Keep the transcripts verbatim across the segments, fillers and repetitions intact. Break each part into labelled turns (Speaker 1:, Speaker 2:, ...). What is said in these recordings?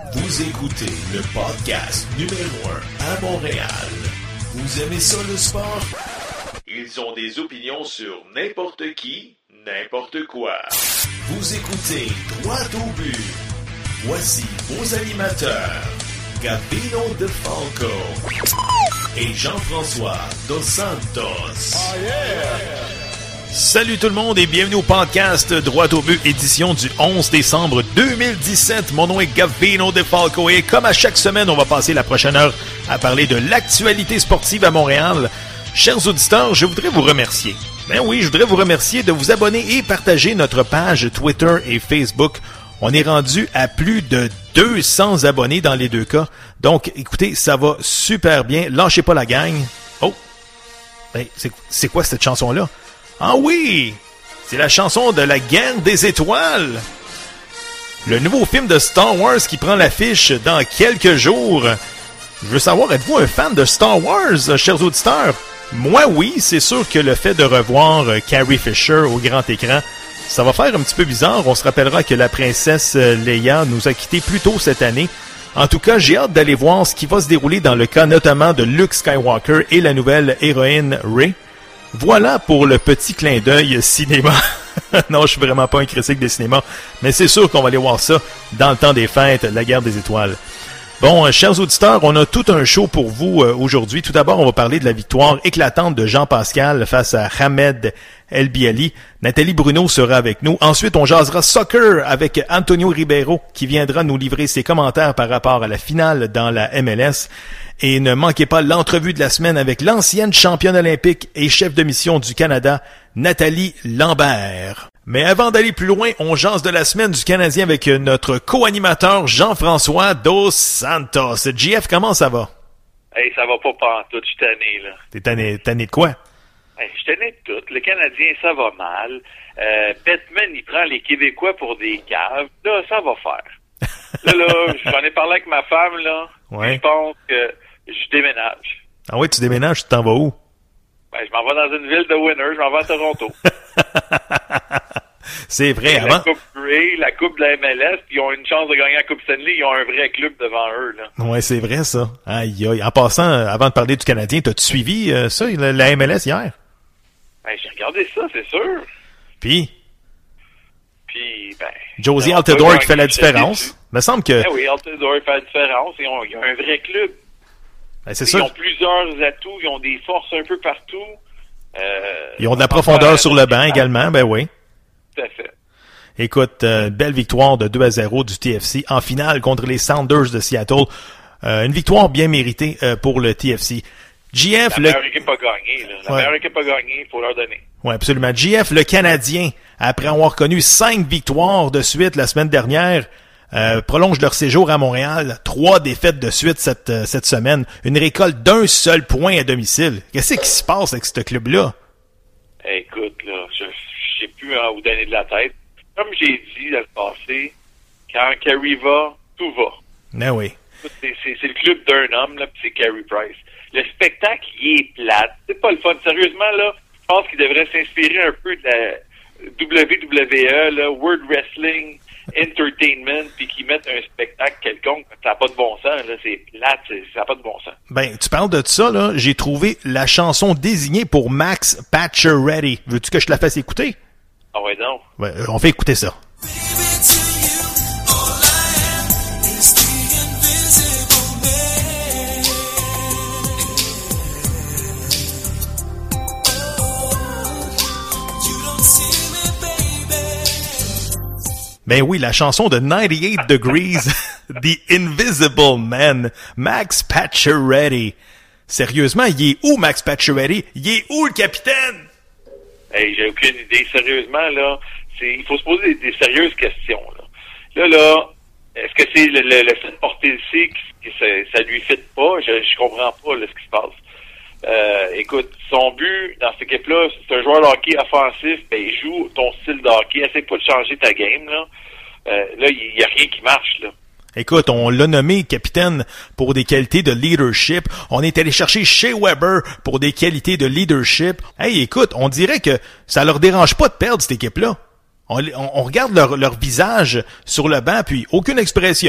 Speaker 1: Vous écoutez le podcast numéro un à Montréal. Vous aimez ça le sport? Ils ont des opinions sur n'importe qui, n'importe quoi. Vous écoutez Droit au but. Voici vos animateurs, Gavino De Falco et Jean-François Dos Santos.
Speaker 2: Oh yeah!
Speaker 3: Salut tout le monde et bienvenue au podcast Droit au but, édition du onze décembre deux mille dix-sept. Mon nom est Gavino De Falco et comme à chaque semaine, on va passer la prochaine heure à parler de l'actualité sportive à Montréal. Chers auditeurs, je voudrais vous remercier. Ben oui, je voudrais vous remercier de vous abonner et partager notre page Twitter et Facebook. On est rendu à plus de deux cents abonnés dans les deux cas. Donc, écoutez, ça va super bien. Lâchez pas la gang. Oh! Ben, c'est, c'est quoi cette chanson-là? Ah oui! C'est la chanson de la Guerre des Étoiles! Le nouveau film de Star Wars qui prend l'affiche dans quelques jours. Je veux savoir, êtes-vous un fan de Star Wars, chers auditeurs? Moi, oui, c'est sûr que le fait de revoir Carrie Fisher au grand écran, ça va faire un petit peu bizarre. On se rappellera que la princesse Leia nous a quittés plus tôt cette année. En tout cas, j'ai hâte d'aller voir ce qui va se dérouler dans le cas notamment de Luke Skywalker et la nouvelle héroïne Rey. Voilà pour le petit clin d'œil cinéma. Non, je suis vraiment pas un critique de cinéma, mais c'est sûr qu'on va aller voir ça dans le temps des fêtes, la guerre des étoiles. Bon, euh, chers auditeurs, on a tout un show pour vous euh, aujourd'hui. Tout d'abord, on va parler de la victoire éclatante de Jean-Pascal face à Hamed El Biali. Nathalie Bruno sera avec nous. Ensuite, on jasera soccer avec Antonio Ribeiro qui viendra nous livrer ses commentaires par rapport à la finale dans la M L S. Et ne manquez pas l'entrevue de la semaine avec l'ancienne championne olympique et chef de mission du Canada, Nathalie Lambert. Mais avant d'aller plus loin, on jase de la semaine du Canadien avec notre co-animateur Jean-François Dos Santos. J F, comment ça va?
Speaker 4: Hey, ça va pas pantoute, je suis tanné, là.
Speaker 3: T'es tanné, tanné de quoi?
Speaker 4: Hey, je suis tanné de tout. Le Canadien, ça va mal. Euh, Bettman, il prend les Québécois pour des caves. Là, ça va faire. Là, là, j'en ai parlé avec ma femme, là.
Speaker 3: Ouais.
Speaker 4: Je pense que je déménage.
Speaker 3: Ah oui, tu déménages, tu t'en vas où?
Speaker 4: Ben, je m'en vais dans une ville de winner, je m'en vais à Toronto.
Speaker 3: C'est vrai,
Speaker 4: Et
Speaker 3: avant...
Speaker 4: la Coupe Grey, la Coupe de la M L S, puis ils ont une chance de gagner la Coupe Stanley, ils ont un vrai club devant eux, là.
Speaker 3: Ouais, c'est vrai, ça. Aïe, aïe. En passant, avant de parler du Canadien, t'as-tu suivi euh, ça, la, la M L S hier?
Speaker 4: Ben, j'ai regardé ça, c'est sûr.
Speaker 3: Puis?
Speaker 4: Puis, ben...
Speaker 3: Josie Altidore qui fait la différence. Il me semble que...
Speaker 4: Ben oui, Altidore fait la différence. Ils ont, ils ont un vrai club.
Speaker 3: Ben, c'est
Speaker 4: ils
Speaker 3: ça.
Speaker 4: ont plusieurs atouts, ils ont des forces un peu partout. Euh,
Speaker 3: Ils ont de la profondeur sur le banc également, ben oui.
Speaker 4: Tout à fait.
Speaker 3: Écoute, euh, belle victoire de deux à zéro du T F C en finale contre les Sounders de Seattle. Euh, une victoire bien méritée euh, pour le T F C. J F,
Speaker 4: la
Speaker 3: le...
Speaker 4: meilleure équipe a gagné. Là. La
Speaker 3: ouais.
Speaker 4: meilleure équipe a gagné, il faut leur donner.
Speaker 3: Oui, absolument. J F, le Canadien, après avoir connu cinq victoires de suite la semaine dernière, euh, prolonge leur séjour à Montréal. Trois défaites de suite cette, euh, cette semaine. Une récolte d'un seul point à domicile. Qu'est-ce qui se passe avec ce club-là?
Speaker 4: Écoute, là, je sais plus à vous donner de la tête. Comme j'ai dit dans le passé, quand Carey va, tout va.
Speaker 3: Ah oui.
Speaker 4: C'est, c'est, c'est le club d'un homme, là, puis c'est Carey Price. Le spectacle, il est plate. C'est pas le fun. Sérieusement, là, je pense qu'il devrait s'inspirer un peu de la W W E, là, World Wrestling Entertainment, puis qu'ils mettent un spectacle quelconque. Ça n'a pas de bon sens, là. C'est plate, c'est, ça n'a pas de bon sens.
Speaker 3: Ben, tu parles de ça, là. J'ai trouvé la chanson désignée pour Max Pacioretty. Veux-tu que je te la fasse écouter?
Speaker 4: Ah ouais, non.
Speaker 3: Ouais, on fait écouter ça. Ben oui, la chanson de ninety-eight Degrees, The Invisible Man, Max Pacioretty. Sérieusement, il est où Max Pacioretty? Il est où le capitaine?
Speaker 4: Hey, j'ai aucune idée. Sérieusement, là, c'est, il faut se poser des, des sérieuses questions, là. Là, là, est-ce que c'est le, le, le fait de porter le C que ça, ça lui fit pas? Je, je comprends pas, là, ce qui se passe. Euh, écoute, son but dans cette équipe-là, c'est un joueur de hockey offensif, ben, il joue ton style de hockey. Essaye pas de changer ta game, là. Euh, là, il y a rien qui marche, là.
Speaker 3: Écoute, on l'a nommé capitaine pour des qualités de leadership. On est allé chercher Shea Weber pour des qualités de leadership. Hey, écoute, on dirait que ça leur dérange pas de perdre cette équipe-là. On, on, on regarde leur, leur visage sur le banc, puis aucune expression. Puis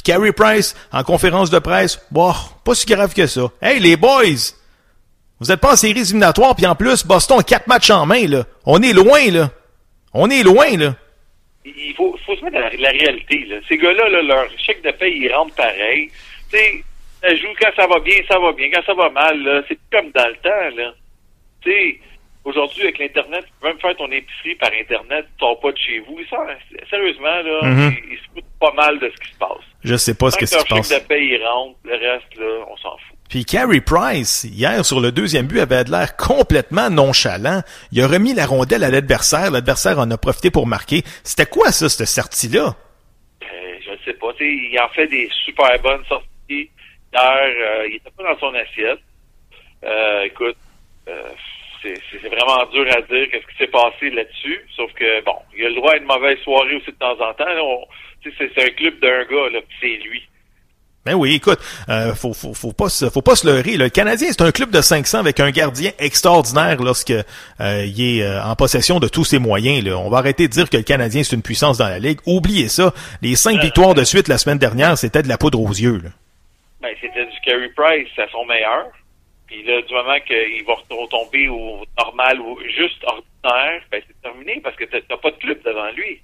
Speaker 3: Carey Price, en conférence de presse, bon, pas si grave que ça. Hey, les boys! Vous êtes pas en séries éliminatoires, puis en plus, Boston a quatre matchs en main, là. On est loin, là. On est loin, là.
Speaker 4: Il faut, faut se mettre dans la, la réalité, là. Ces gars-là, là, leur chèque de paie, ils rentrent pareil. Tu sais, ça joue quand ça va bien, ça va bien. Quand ça va mal, là, c'est comme dans le temps, là. Tu sais, aujourd'hui, avec l'Internet, tu peux même faire ton épicerie par Internet, tu sors pas de chez vous. Ça, sérieusement, là, mm-hmm. ils, ils se foutent pas mal de ce qui se passe.
Speaker 3: Je sais pas ce que, que qui se passe.
Speaker 4: Leur chèque de paie, ils rentrent. Le reste, là, on s'en fout.
Speaker 3: Puis Carey Price, hier, sur le deuxième but, avait l'air complètement nonchalant. Il a remis la rondelle à l'adversaire. L'adversaire en a profité pour marquer. C'était quoi, ça, cette sortie-là?
Speaker 4: Euh, je ne sais pas. T'sais, il en fait des super bonnes sorties. Hier, euh, il était pas dans son assiette. Euh, écoute, euh, c'est, c'est vraiment dur à dire qu'est-ce qui s'est passé là-dessus. Sauf que, bon, il a le droit à une mauvaise soirée aussi de temps en temps. Là, on, c'est, c'est un club d'un gars, là, puis c'est lui.
Speaker 3: Ben oui, écoute, euh, faut, faut, faut pas se, faut pas se leurrer. Le Canadien, c'est un club de cinq cents avec un gardien extraordinaire lorsque euh, il est euh, en possession de tous ses moyens. Là. On va arrêter de dire que le Canadien, c'est une puissance dans la Ligue. Oubliez ça. Les cinq euh, victoires de suite la semaine dernière, c'était de la poudre aux yeux. Là.
Speaker 4: Ben, c'était du Carey Price à son meilleur. Puis là, du moment qu'il va retomber au normal ou juste ordinaire, ben c'est terminé parce que t'as, t'as pas de club devant lui.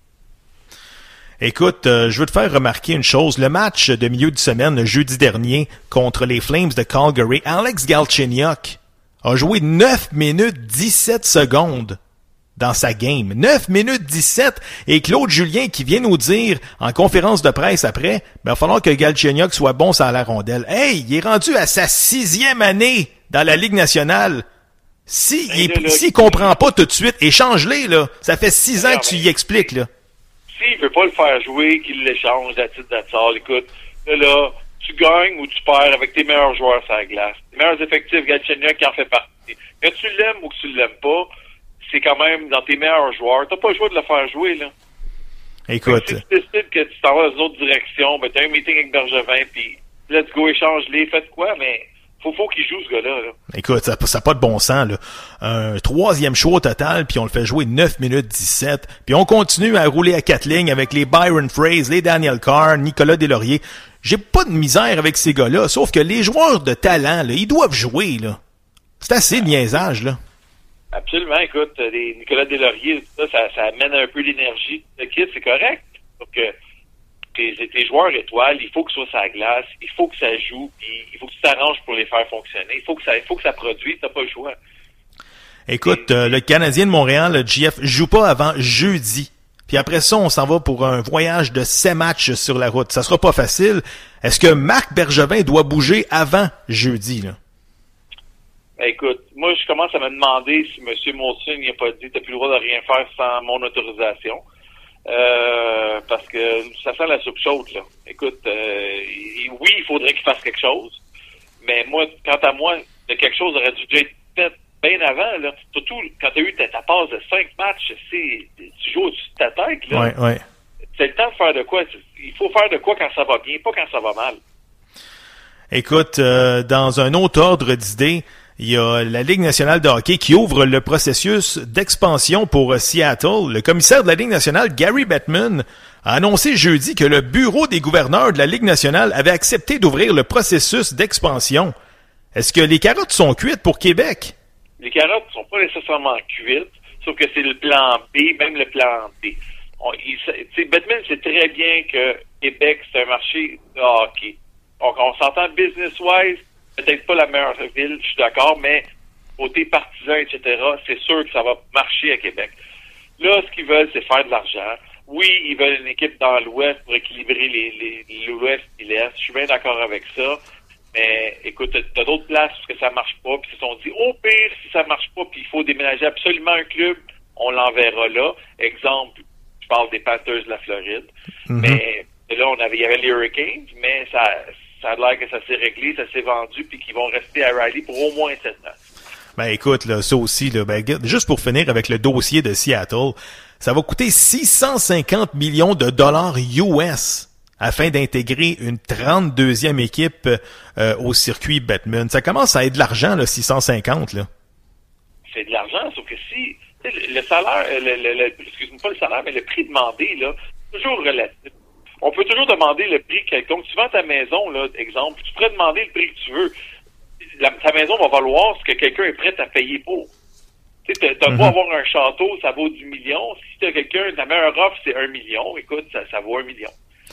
Speaker 3: Écoute, euh, je veux te faire remarquer une chose. Le match de milieu de semaine, le jeudi dernier, contre les Flames de Calgary, Alex Galchenyuk a joué neuf minutes dix-sept secondes dans sa game. neuf minutes dix-sept. Et Claude Julien qui vient nous dire en conférence de presse après, ben, il va falloir que Galchenyuk soit bon sans la rondelle. Hey, il est rendu à sa sixième année dans la Ligue nationale. Si il, là, là, s'il comprend pas tout de suite, échange-les, là. Ça fait six ans que tu y expliques, là.
Speaker 4: S'il veut pas le faire jouer, qu'il l'échange, la titre d'attitude, écoute, là, là, tu gagnes ou tu perds avec tes meilleurs joueurs sur la glace. Tes meilleurs effectifs, Galchenyuk qui en fait partie. Que tu l'aimes ou que tu l'aimes pas, c'est quand même dans tes meilleurs joueurs. T'as pas le choix de le faire jouer, là.
Speaker 3: Écoute.
Speaker 4: Si tu décides que tu t'en vas dans une autre direction, ben t'as un meeting avec Bergevin, puis let's go, échange-les, faites quoi, mais faut, faut qu'il joue, ce gars-là, là.
Speaker 3: Écoute, ça n'a pas de bon sens, là. Un troisième choix au total, puis on le fait jouer neuf minutes dix-sept, puis on continue à rouler à quatre lignes avec les Byron Frais, les Daniel Carr, Nicolas Deslauriers. J'ai pas de misère avec ces gars-là, sauf que les joueurs de talent, là, ils doivent jouer, là. C'est assez de niaisage, là.
Speaker 4: Absolument, écoute, les Nicolas Deslauriers, ça, ça, ça amène un peu d'énergie. Le kit, c'est correct. Donc, euh, tes, tes joueurs étoiles, il faut que ce soit sa glace, il faut que ça joue, puis il faut que tu t'arranges pour les faire fonctionner. Il faut que ça, il faut que ça produise, t'as pas le choix.
Speaker 3: Écoute, euh, le Canadien de Montréal, le G F, joue pas avant jeudi. Puis après ça, on s'en va pour un voyage de sept matchs sur la route. Ça sera pas facile. Est-ce que Marc Bergevin doit bouger avant jeudi, là?
Speaker 4: Ben, écoute, moi, je commence à me demander si M. Molson n'a pas dit « t'as plus le droit de rien faire sans mon autorisation euh, ». Parce que ça sent la soupe chaude, là. Écoute, euh, oui, il faudrait qu'il fasse quelque chose. Mais moi, quant à moi, quelque chose aurait dû être fait bien avant, là. Surtout quand tu as eu ta, ta passe de cinq matchs, c'est, tu joues au-dessus de ta tête, là.
Speaker 3: Ouais, ouais.
Speaker 4: C'est le temps de faire de quoi. Il faut faire de quoi quand ça va bien, pas quand ça va mal.
Speaker 3: Écoute, euh, dans un autre ordre d'idées, il y a la Ligue nationale de hockey qui ouvre le processus d'expansion pour Seattle. Le commissaire de la Ligue nationale, Gary Bettman, a annoncé jeudi que le bureau des gouverneurs de la Ligue nationale avait accepté d'ouvrir le processus d'expansion. Est-ce que les carottes sont cuites pour Québec?
Speaker 4: Les carottes ne sont pas nécessairement cuites, sauf que c'est le plan B, même le plan D. On, il, Bettman sait très bien que Québec, c'est un marché de hockey. Donc, on s'entend business-wise, peut-être pas la meilleure ville, je suis d'accord, mais côté partisan, et cetera, c'est sûr que ça va marcher à Québec. Là, ce qu'ils veulent, c'est faire de l'argent. Oui, ils veulent une équipe dans l'Ouest pour équilibrer les, les, l'Ouest et l'Est. Je suis bien d'accord avec ça. Mais écoute, t'as d'autres places où ça marche pas, puis ils se sont dit, au pire, si ça marche pas, puis il faut déménager absolument un club, on l'enverra là. Exemple, je parle des Panthers de la Floride. Mm-hmm. Mais là, on avait, il y avait les Hurricanes, mais ça, ça a l'air que ça s'est réglé, ça s'est vendu, puis qu'ils vont rester à Riley pour au moins sept ans.
Speaker 3: Ben écoute, là, ça aussi, là, ben, juste pour finir avec le dossier de Seattle, ça va coûter six cent cinquante millions de dollars U S afin d'intégrer une trente-deuxième équipe euh, au circuit Bettman. Ça commence à être de l'argent, là, six cent cinquante, là.
Speaker 4: C'est de l'argent, sauf que si le salaire, le, le, le, excuse-moi pas le salaire, mais le prix demandé, là, c'est toujours relatif. on peut toujours demander le prix quelconque. Tu vends ta maison, là, exemple, tu pourrais demander le prix que tu veux. La, ta maison va valoir ce que quelqu'un est prêt à payer pour. Tu sais, t'as, t'as mm-hmm. beau avoir un château, ça vaut dix millions. Si t'as quelqu'un, ta meilleure offre, c'est un million. Écoute, ça, ça vaut un million.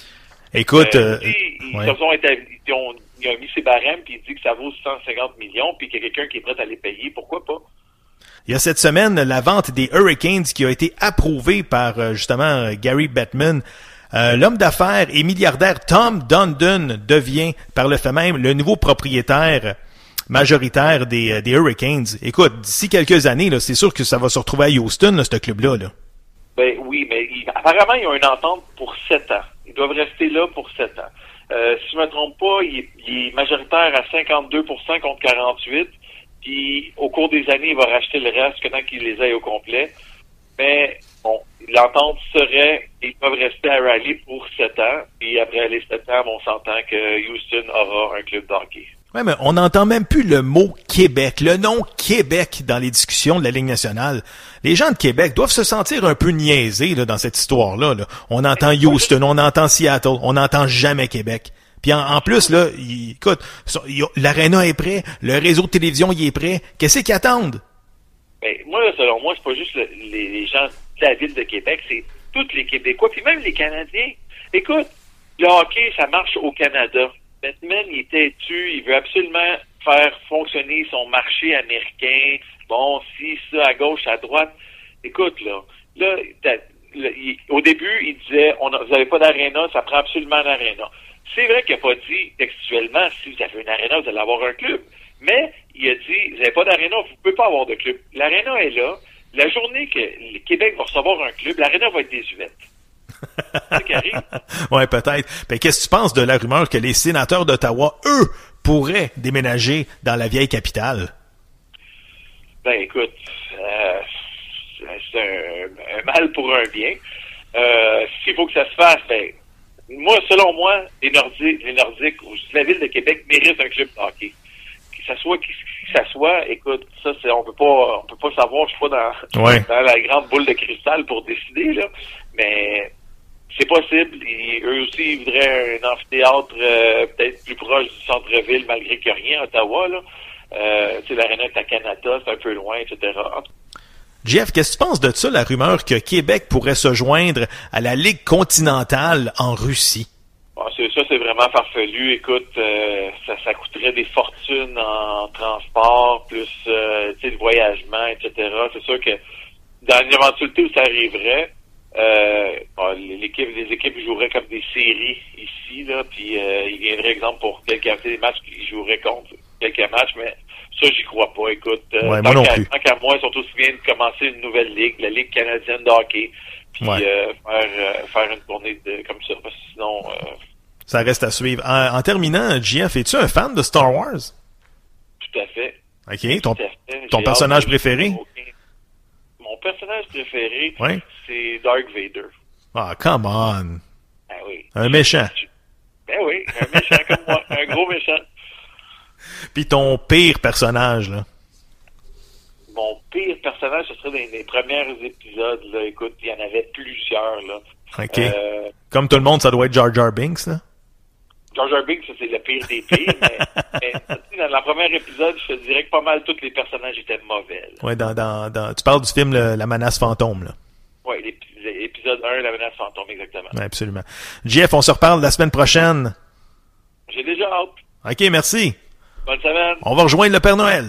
Speaker 3: Écoute, euh,
Speaker 4: euh, ils,
Speaker 3: ouais.
Speaker 4: ils, ont établi, ils, ont, ils ont mis ses barèmes puis ils disent que ça vaut cent cinquante millions puis qu'il y a quelqu'un qui est prêt à les payer. Pourquoi pas?
Speaker 3: Il y a cette semaine la vente des Hurricanes qui a été approuvée par euh, justement Gary Bettman. Euh, l'homme d'affaires et milliardaire Tom Dundon devient par le fait même le nouveau propriétaire majoritaire des, des Hurricanes. Écoute, d'ici quelques années, là, c'est sûr que ça va se retrouver à Houston, là, ce club-là. Là.
Speaker 4: Ben oui, mais il, apparemment, ils ont une entente pour sept ans. Ils doivent rester là pour sept ans. Euh, si je me trompe pas, il est, il est majoritaire à cinquante-deux pour cent contre quarante-huit pour cent. Puis, au cours des années, il va racheter le reste que tant qu'il les ait au complet. Mais, bon, l'entente serait, ils peuvent rester à Raleigh pour sept ans. Puis, après les sept ans, on s'entend que Houston aura un club d'hockey.
Speaker 3: Ouais, mais on n'entend même plus le mot Québec, le nom Québec dans les discussions de la Ligue nationale. Les gens de Québec doivent se sentir un peu niaisés là, dans cette histoire-là. Là. On entend Houston, on entend Seattle, on n'entend jamais Québec. Puis en, en plus, là, il, écoute, l'aréna est prêt, le réseau de télévision il est prêt. Qu'est-ce qu'ils attendent?
Speaker 4: Ben, moi, selon moi, c'est pas juste le, les, les gens de la ville de Québec, c'est tous les Québécois, puis même les Canadiens. Écoute, le hockey, ça marche au Canada. Bettman, il est têtu, il veut absolument faire fonctionner son marché américain. Bon, si, ça, à gauche, à droite. Écoute, là, là, là il, au début, il disait, on a, vous n'avez pas d'aréna, ça prend absolument un aréna. C'est vrai qu'il n'a pas dit textuellement, si vous avez une aréna, vous allez avoir un club. Mais il a dit, vous n'avez pas d'aréna, vous ne pouvez pas avoir de club. L'aréna est là. La journée que le Québec va recevoir un club, l'aréna va être désuète. C'est ça qui arrive.
Speaker 3: Ouais, peut-être. Mais qu'est-ce que tu penses de la rumeur que les sénateurs d'Ottawa, eux, pourraient déménager dans la vieille capitale?
Speaker 4: Ben, écoute, euh, c'est un, un mal pour un bien. Euh, s'il faut que ça se fasse, ben, moi, selon moi, les Nordiques, les Nordiques, ou la ville de Québec mérite un club de hockey. Que ça soit, qui que ça soit, écoute, ça, c'est, on peut pas, on peut pas savoir, je suis pas dans,
Speaker 3: ouais.
Speaker 4: dans la grande boule de cristal pour décider, là. Mais, c'est possible. Et eux aussi, ils voudraient un amphithéâtre, euh, peut-être plus proche du centre-ville, malgré qu'il n'y a rien à Ottawa, là. Euh, tu sais, l'aréna est à Canada, c'est un peu loin, et cetera.
Speaker 3: Jeff, qu'est-ce que tu penses de ça, la rumeur que Québec pourrait se joindre à la Ligue continentale en Russie?
Speaker 4: Ah, c'est, ça, c'est vraiment farfelu. Écoute, euh, ça, ça coûterait des fortunes en transport, plus euh, tu sais, le voyagement, et cetera. C'est sûr que dans l'éventualité où ça arriverait, euh, bon, l'équipe, les équipes joueraient comme des séries ici, là, puis euh, il viendrait, exemple, pour quelques des matchs qu'ils joueraient contre quelques matchs, mais ça, j'y crois pas. Écoute, euh,
Speaker 3: ouais,
Speaker 4: tant,
Speaker 3: moi
Speaker 4: qu'à,
Speaker 3: non
Speaker 4: tant qu'à moi, ils sont aussi bien de commencer une nouvelle ligue, la Ligue canadienne de hockey, puis
Speaker 3: ouais.
Speaker 4: euh, faire, euh, faire une tournée de, comme ça, parce que sinon... Euh,
Speaker 3: ça reste à suivre. En, en terminant, J F, es-tu un fan de Star Wars?
Speaker 4: Tout à fait.
Speaker 3: OK. Ton,
Speaker 4: Tout à fait.
Speaker 3: ton personnage préféré?
Speaker 4: Mon personnage préféré,
Speaker 3: ouais.
Speaker 4: c'est Dark Vader.
Speaker 3: Ah, come on.
Speaker 4: Ben oui.
Speaker 3: Un méchant.
Speaker 4: Ben oui, un méchant comme moi. Un gros méchant.
Speaker 3: Puis ton pire personnage, là?
Speaker 4: Mon pire personnage, ce serait dans les premiers épisodes, là. Écoute, il y en avait plusieurs, là.
Speaker 3: OK.
Speaker 4: Euh,
Speaker 3: Comme tout le monde, ça doit être Jar Jar Binks, là?
Speaker 4: Jar Jar Binks, ça, c'est le pire des pires, mais, mais dans le premier épisode, je te dirais que pas mal tous les personnages étaient mauvais.
Speaker 3: Oui, dans, dans, dans, tu parles du film le, La menace fantôme, là.
Speaker 4: Oui, l'épisode un, La menace fantôme, exactement.
Speaker 3: Oui, absolument. Jeff, on se reparle la semaine prochaine.
Speaker 4: J'ai déjà hâte.
Speaker 3: OK, merci.
Speaker 4: Bonne semaine.
Speaker 3: On va rejoindre le Père Noël.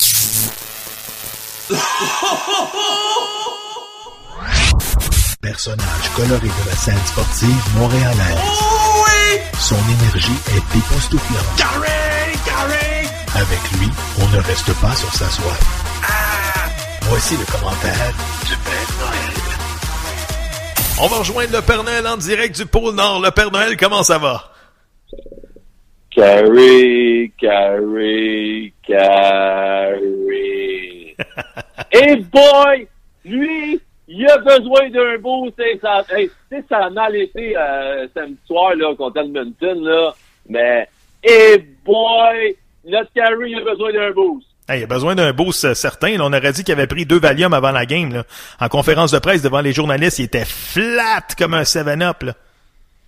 Speaker 2: Personnage coloré de la scène sportive montréalaise.
Speaker 5: Oh oui!
Speaker 2: Son énergie est époustouflante.
Speaker 5: Carré! Carré!
Speaker 2: Avec lui, on ne reste pas sur sa soif.
Speaker 5: Ah!
Speaker 2: Voici le commentaire du Père Noël.
Speaker 3: On va rejoindre le Père Noël en direct du pôle Nord. Le Père Noël, comment ça va?
Speaker 6: Carré, carré, carré. Hey boy! Lui, il a besoin d'un beau, c'est ça, hey, ça en a laissé euh, samedi soir là, contre Edmonton, là, mais hey boy! Notre Carré, il a besoin d'un boost.
Speaker 3: Hey, il a besoin d'un boost certain. Là, on aurait dit qu'il avait pris deux Valium avant la game. Là. En conférence de presse devant les journalistes, il était flat comme un seven up. Là.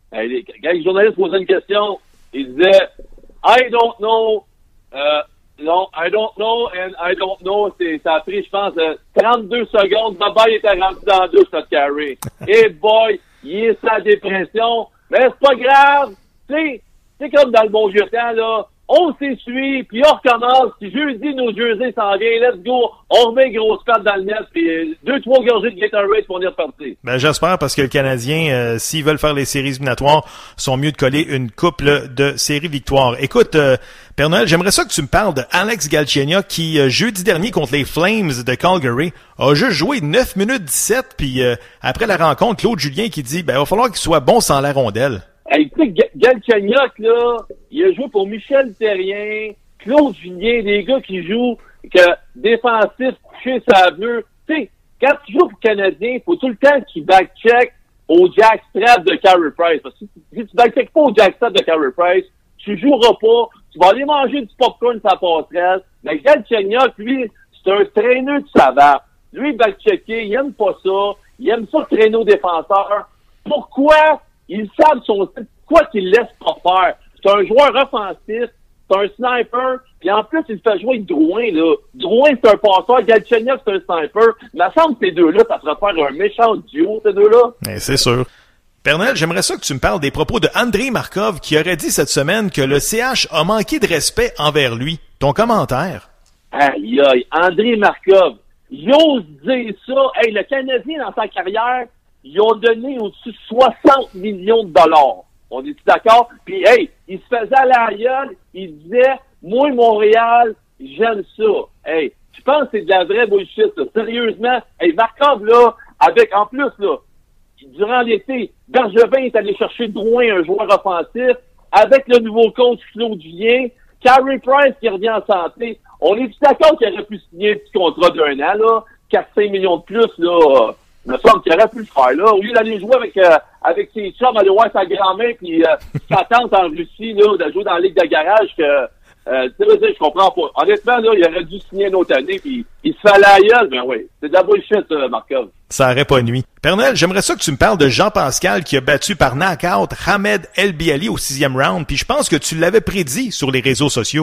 Speaker 6: Quand les journalistes posaient une question, il disait « I don't know euh, ». Non, I don't know and I don't know. C'est, ça a pris, je pense, euh, trente-deux secondes. Bye-bye était rentré dans la douche, notre Carey. Et boy, il est sa dépression. Mais c'est pas grave. Tu sais, c'est comme dans le bon vieux temps, là. On s'essuie, puis on recommence. Puis jeudi, nos jerseys s'en viennent. Let's go. On remet grosse patte dans le net, puis deux, trois gorgées de Gatorade pour venir repartir.
Speaker 3: Ben, j'espère, parce que le Canadien, euh, s'ils veulent faire les séries éliminatoires, sont mieux de coller une couple de séries victoires. Écoute, euh, Père Noël, j'aimerais ça que tu me parles de Alex Galchenyuk qui, euh, jeudi dernier, contre les Flames de Calgary, a juste joué neuf minutes dix-sept, puis euh, après la rencontre, Claude Julien qui dit, ben, il va falloir qu'il soit bon sans la rondelle.
Speaker 6: Hey, tu sais, Galchenyuk, là, il a joué pour Michel Therrien, Claude Julien, des gars qui jouent que défensif, couché sa bleue. Tu sais, quand tu joues pour le Canadien, il faut tout le temps qu'il back-check au jackstrap de Carey Price. Parce que si tu back-check pas au jackstrap de Carey Price, tu joueras pas, tu vas aller manger du popcorn sur la passerelle. Mais Galchenyuk, lui, c'est un traîneur de savate. Lui, back-checker, il aime pas ça. Il aime ça traîner aux défenseurs. Pourquoi? Ils savent son style. Quoi qu'il laisse pas faire? C'est un joueur offensif, c'est un sniper, puis en plus, il fait jouer Drouin, là. Drouin, c'est un passeur, Galchenyuk, c'est un sniper. Il me semble que ces deux-là, ça pourrait faire un méchant duo, ces deux-là.
Speaker 3: Eh, c'est sûr. Père Noël, j'aimerais ça que tu me parles des propos de Andrei Markov qui aurait dit cette semaine que le C H a manqué de respect envers lui. Ton commentaire?
Speaker 6: Aïe, aïe, Andrei Markov. J'ose dire ça. Hey, le Canadien, dans sa carrière, ils ont donné au-dessus de soixante millions de dollars. On est-tu d'accord? Puis, hey, il se faisait à la gueule, il disait, moi, Montréal, j'aime ça. Hey, je pense que c'est de la vraie bullshit, là. Sérieusement. Hey, Markov, là, avec, en plus, là, durant l'été, Bergevin est allé chercher Drouin, un joueur offensif, avec le nouveau coach Claude Julien, Carey Price qui revient en santé. On est-tu d'accord qu'il aurait pu signer un petit contrat d'un an, là, quatre à cinq millions de plus, là, il me semble qu'il aurait pu le faire, là. Au lieu d'aller jouer avec, euh, avec ses chums, aller voir sa grand-mère, puis euh, sa tante en Russie, là, de jouer dans la Ligue de garage, que, euh, tu sais, je comprends pas. Honnêtement, là, il aurait dû signer une autre année, puis il se fait à la gueule, ben oui. C'est de la bullshit, euh, Markov.
Speaker 3: Ça aurait pas nuit. Père Noël, j'aimerais ça que tu me parles de Jean-Pascal qui a battu par knockout Hamed El Biali au sixième round, puis je pense que tu l'avais prédit sur les réseaux sociaux.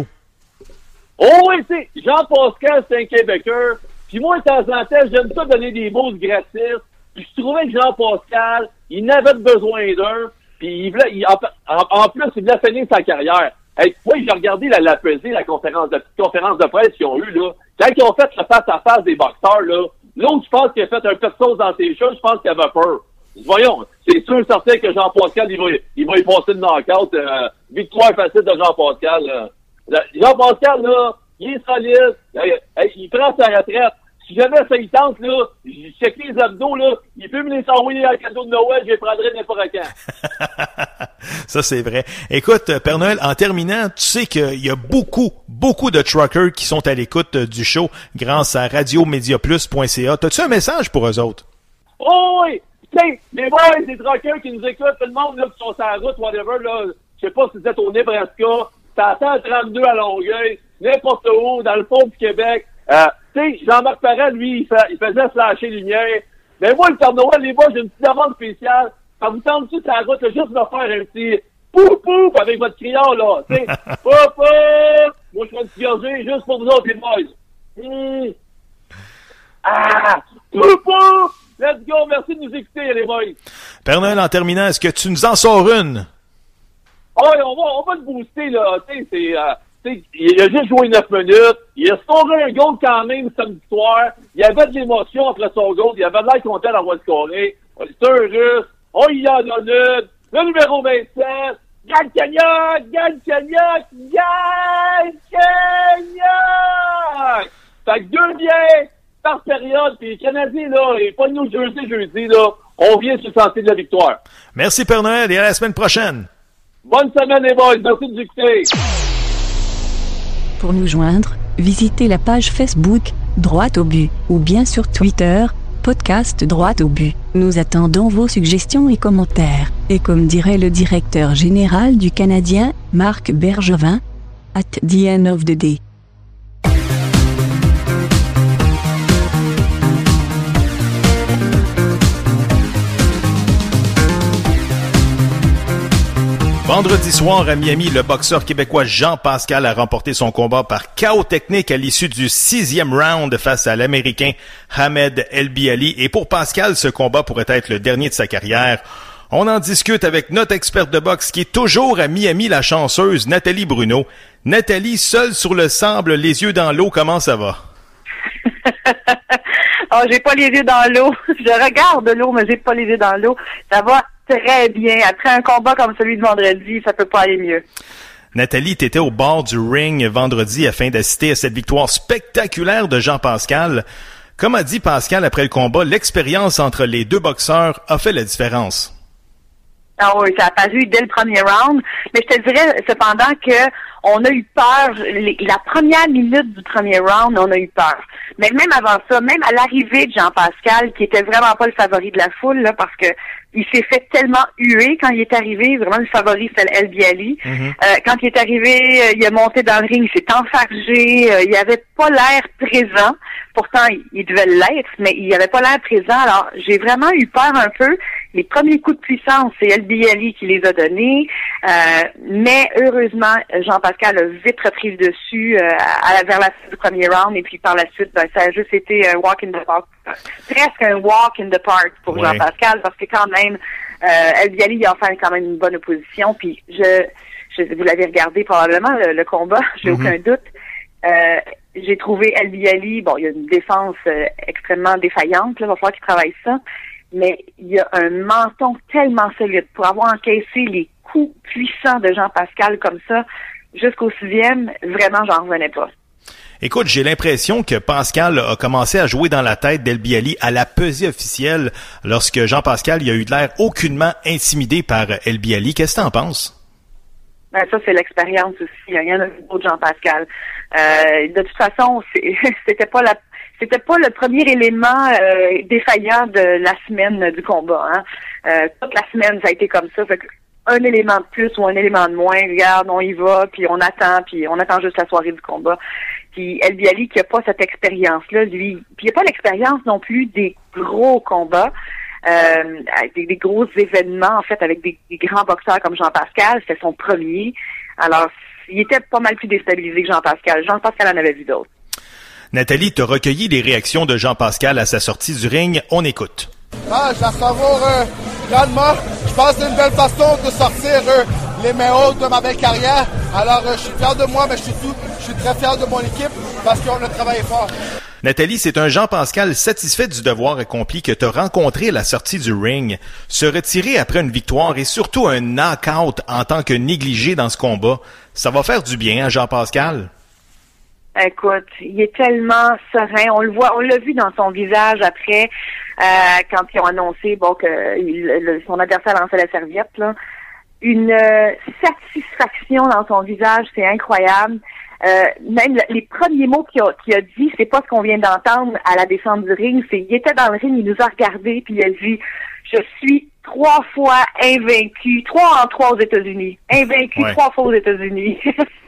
Speaker 6: Oh oui, tu sais, Jean-Pascal, c'est un Québécois. Puis moi, de temps en temps, j'aime ça donner des mots gratis. Puis je trouvais que Jean-Pascal, il n'avait besoin d'un. Puis il voulait, il, en, en, en plus, il voulait finir sa carrière. Hey, moi, j'ai regardé la, la pesée, la conférence de, conférence de presse qu'ils ont eue, là. Quand ils ont fait le face-à-face des boxeurs, là, l'autre, je pense qu'il a fait un peu de sauce dans ses choses, je pense qu'il avait peur. Voyons, c'est sûr et certain que Jean-Pascal, il va, il va y passer le knockout. Euh, victoire facile de Jean-Pascal. Là. Jean-Pascal, là, il est solide, il, il prend sa retraite. Si jamais ça il tente, là, j'ai checké les abdos, là, il peut me les envoyer en cadeau de Noël, je les prendrai n'importe quand.
Speaker 3: Ça, c'est vrai. Écoute, Père Noël, en terminant, tu sais qu'il y a beaucoup, beaucoup de truckers qui sont à l'écoute du show grâce à radio média plus point c a. T'as-tu un message pour eux autres?
Speaker 6: Oh oui! Tu sais, les boys, les truckers qui nous écoutent, tout le monde, là, qui sont sur la route, whatever, là, je sais pas si vous êtes au Nebraska, t'attends à trente-deux à Longueuil, n'importe où, dans le fond du Québec. Euh, tu sais, Jean-Marc Parent, lui, il, fait, il faisait flasher lumière. Mais moi, le Père Noël, les boys, j'ai une petite demande spéciale. Quand vous tentez sur la route, là, juste me faire un petit pouf pouf avec votre criard, là. Tu sais, pouf pouf! Moi, je fais une petite gorgée juste pour vous autres, les boys. Mmh. Ah! Pouf pouf! Let's go! Merci de nous écouter, les boys.
Speaker 3: Père Noël, en terminant, est-ce que tu nous en sors une?
Speaker 6: Oh, on va, on va te booster, là. Tu sais, c'est... Euh, il a juste joué neuf minutes. Il a scoré un goal quand même samedi soir. Il y avait de l'émotion après son goal. Il avait l'air content d'avoir scoré. C'est un russe. Oh, il y en a une. Le numéro vingt-sept. Galchenyuk! Galchenyuk! Galchenyuk! Fait que deux biens par période. Puis les Canadiens, là, et pas nous jeudi, jeudi, là, on vient se sentir de la victoire.
Speaker 3: Merci, Père Noël, et à la semaine prochaine.
Speaker 6: Bonne semaine, les boys. Merci de nous écouter.
Speaker 7: Pour nous joindre, visitez la page Facebook, Droit au but, ou bien sur Twitter, podcast Droit au but. Nous attendons vos suggestions et commentaires. Et comme dirait le directeur général du Canadien, Marc Bergevin, at the end of the day.
Speaker 3: Vendredi soir à Miami, le boxeur québécois Jean Pascal a remporté son combat par K O technique à l'issue du sixième round face à l'Américain Hamed Elbiali. Et pour Pascal, ce combat pourrait être le dernier de sa carrière. On en discute avec notre experte de boxe qui est toujours à Miami, la chanceuse Nathalie Bruno. Nathalie, seule sur le sable, les yeux dans l'eau, comment ça va?
Speaker 8: Oh, j'ai pas les yeux dans l'eau. Je regarde l'eau, mais j'ai pas les yeux dans l'eau. Ça va très bien. Après un combat comme celui de vendredi, ça peut pas aller mieux.
Speaker 3: Nathalie, t'étais au bord du ring vendredi afin d'assister à cette victoire spectaculaire de Jean Pascal. Comme a dit Pascal après le combat, l'expérience entre les deux boxeurs a fait la différence.
Speaker 8: Ah oui, ça a paru dès le premier round. Mais je te dirais cependant que on a eu peur. Les, la première minute du premier round, on a eu peur. Mais même avant ça, même à l'arrivée de Jean Pascal, qui était vraiment pas le favori de la foule, là, parce que il s'est fait tellement huer quand il est arrivé. Vraiment, le favori, c'est Elbiali. Mm-hmm. Euh, quand il est arrivé, euh, il a monté dans le ring, il s'est enfargé. Euh, il avait pas l'air présent. Pourtant, il, il devait l'être, mais il avait pas l'air présent. Alors, j'ai vraiment eu peur un peu. Les premiers coups de puissance, c'est Elbiali qui les a donnés. Euh, mais heureusement, Jean Pascal a vite repris le dessus euh, à, vers la suite du premier round. Et puis par la suite, ben, ça a juste été un walk in the park. Presque un walk in the park pour ouais. Jean Pascal, parce que quand même, euh, Elbiali a offert quand même une bonne opposition. Puis je, je vous l'avez regardé probablement, le, le combat, j'ai mm-hmm. aucun doute. Euh, j'ai trouvé Elbiali, bon, il y a une défense euh, extrêmement défaillante, là, il va falloir qu'il travaille ça. Mais il y a un menton tellement solide pour avoir encaissé les coups puissants de Jean Pascal comme ça jusqu'au sixième, vraiment, j'en revenais pas.
Speaker 3: Écoute, j'ai l'impression que Pascal a commencé à jouer dans la tête d'Elbiali à la pesée officielle lorsque Jean Pascal il a eu de l'air aucunement intimidé par Elbiali. Qu'est-ce que t'en penses?
Speaker 8: Ben, ça, c'est l'expérience aussi. Il y en a d'autres Jean Pascal. Euh, de toute façon, c'est, c'était pas la C'était pas le premier élément euh, défaillant de la semaine du combat. Hein. Euh, toute la semaine, ça a été comme ça. Fait que un élément de plus ou un élément de moins, regarde, on y va, puis on attend, puis on attend juste la soirée du combat. Puis Elbiali qui a pas cette expérience-là, lui, puis il a pas l'expérience non plus des gros combats, euh, des, des gros événements, en fait, avec des, des grands boxeurs comme Jean Pascal. C'était son premier. Alors, il était pas mal plus déstabilisé que Jean Pascal. Jean Pascal en avait vu d'autres.
Speaker 3: Nathalie, t'as recueilli les réactions de Jean Pascal à sa sortie du ring. On écoute.
Speaker 9: Ah, je la savoure euh, grandement. Je pense que c'est une belle façon de sortir euh, les meilleurs de ma belle carrière. Alors, euh, je suis fier de moi, mais je suis, tout, je suis très fier de mon équipe parce qu'on a travaillé fort.
Speaker 3: Nathalie, c'est un Jean Pascal satisfait du devoir accompli que t'as rencontré à la sortie du ring. Se retirer après une victoire et surtout un knock-out en tant que négligé dans ce combat, ça va faire du bien à Jean Pascal?
Speaker 8: Écoute, il est tellement serein. On le voit, on l'a vu dans son visage après, euh, quand ils ont annoncé bon que il, le, son adversaire lançait la serviette, là. Une euh, satisfaction dans son visage, c'est incroyable. Euh, même les premiers mots qu'il a, qu'il a dit, c'est pas ce qu'on vient d'entendre à la descente du ring. C'est, il était dans le ring, il nous a regardés, puis il a dit « Je suis trois fois invaincu, trois en trois aux États-Unis, invaincu ouais. trois fois aux États-Unis. »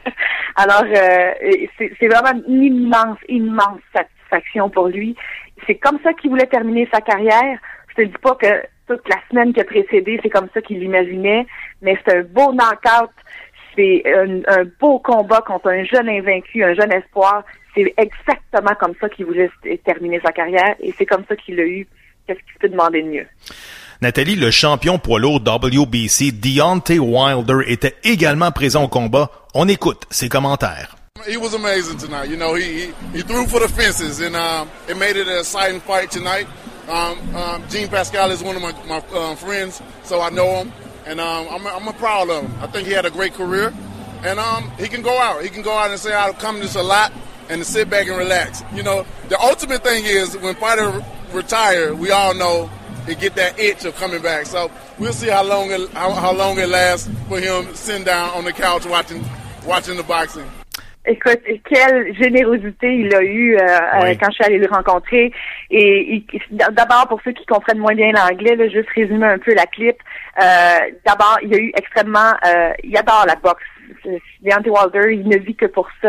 Speaker 8: Alors, euh, c'est, c'est vraiment une immense, immense satisfaction pour lui. C'est comme ça qu'il voulait terminer sa carrière. Je te dis pas que toute la semaine qui a précédé, c'est comme ça qu'il l'imaginait, mais c'est un beau knock-out. C'est un, un beau combat contre un jeune invaincu, un jeune espoir. C'est exactement comme ça qu'il voulait terminer sa carrière et c'est comme ça qu'il l'a eu. Qu'est-ce qu'il peut demander de mieux?
Speaker 3: Nathalie, le champion poids lourd W B C, Deontay Wilder, était également présent au combat. On écoute ses commentaires.
Speaker 10: He was amazing tonight. You know, he he, he threw for the fences, and um, it made it an exciting fight tonight. Um, um, Jean Pascal is one of my my um, friends, so I know him, and um, I'm I'm proud of him. I think he had a great career, and um, he can go out. He can go out and say, "I've come this a lot," and sit back and relax. You know, the ultimate thing is when fighters retire, we all know they get that itch of coming back. So we'll see how long it how, how long it lasts for him sitting down on the couch watching watching the boxing.
Speaker 8: Écoute, quelle générosité il a eu euh, oui. euh, quand je suis allée le rencontrer. Et, et d'abord, pour ceux qui comprennent moins bien l'anglais, là, juste résumer un peu la clip. Euh, d'abord, il a eu extrêmement... Euh, il adore la boxe. Deontay Wilder, il ne vit que pour ça.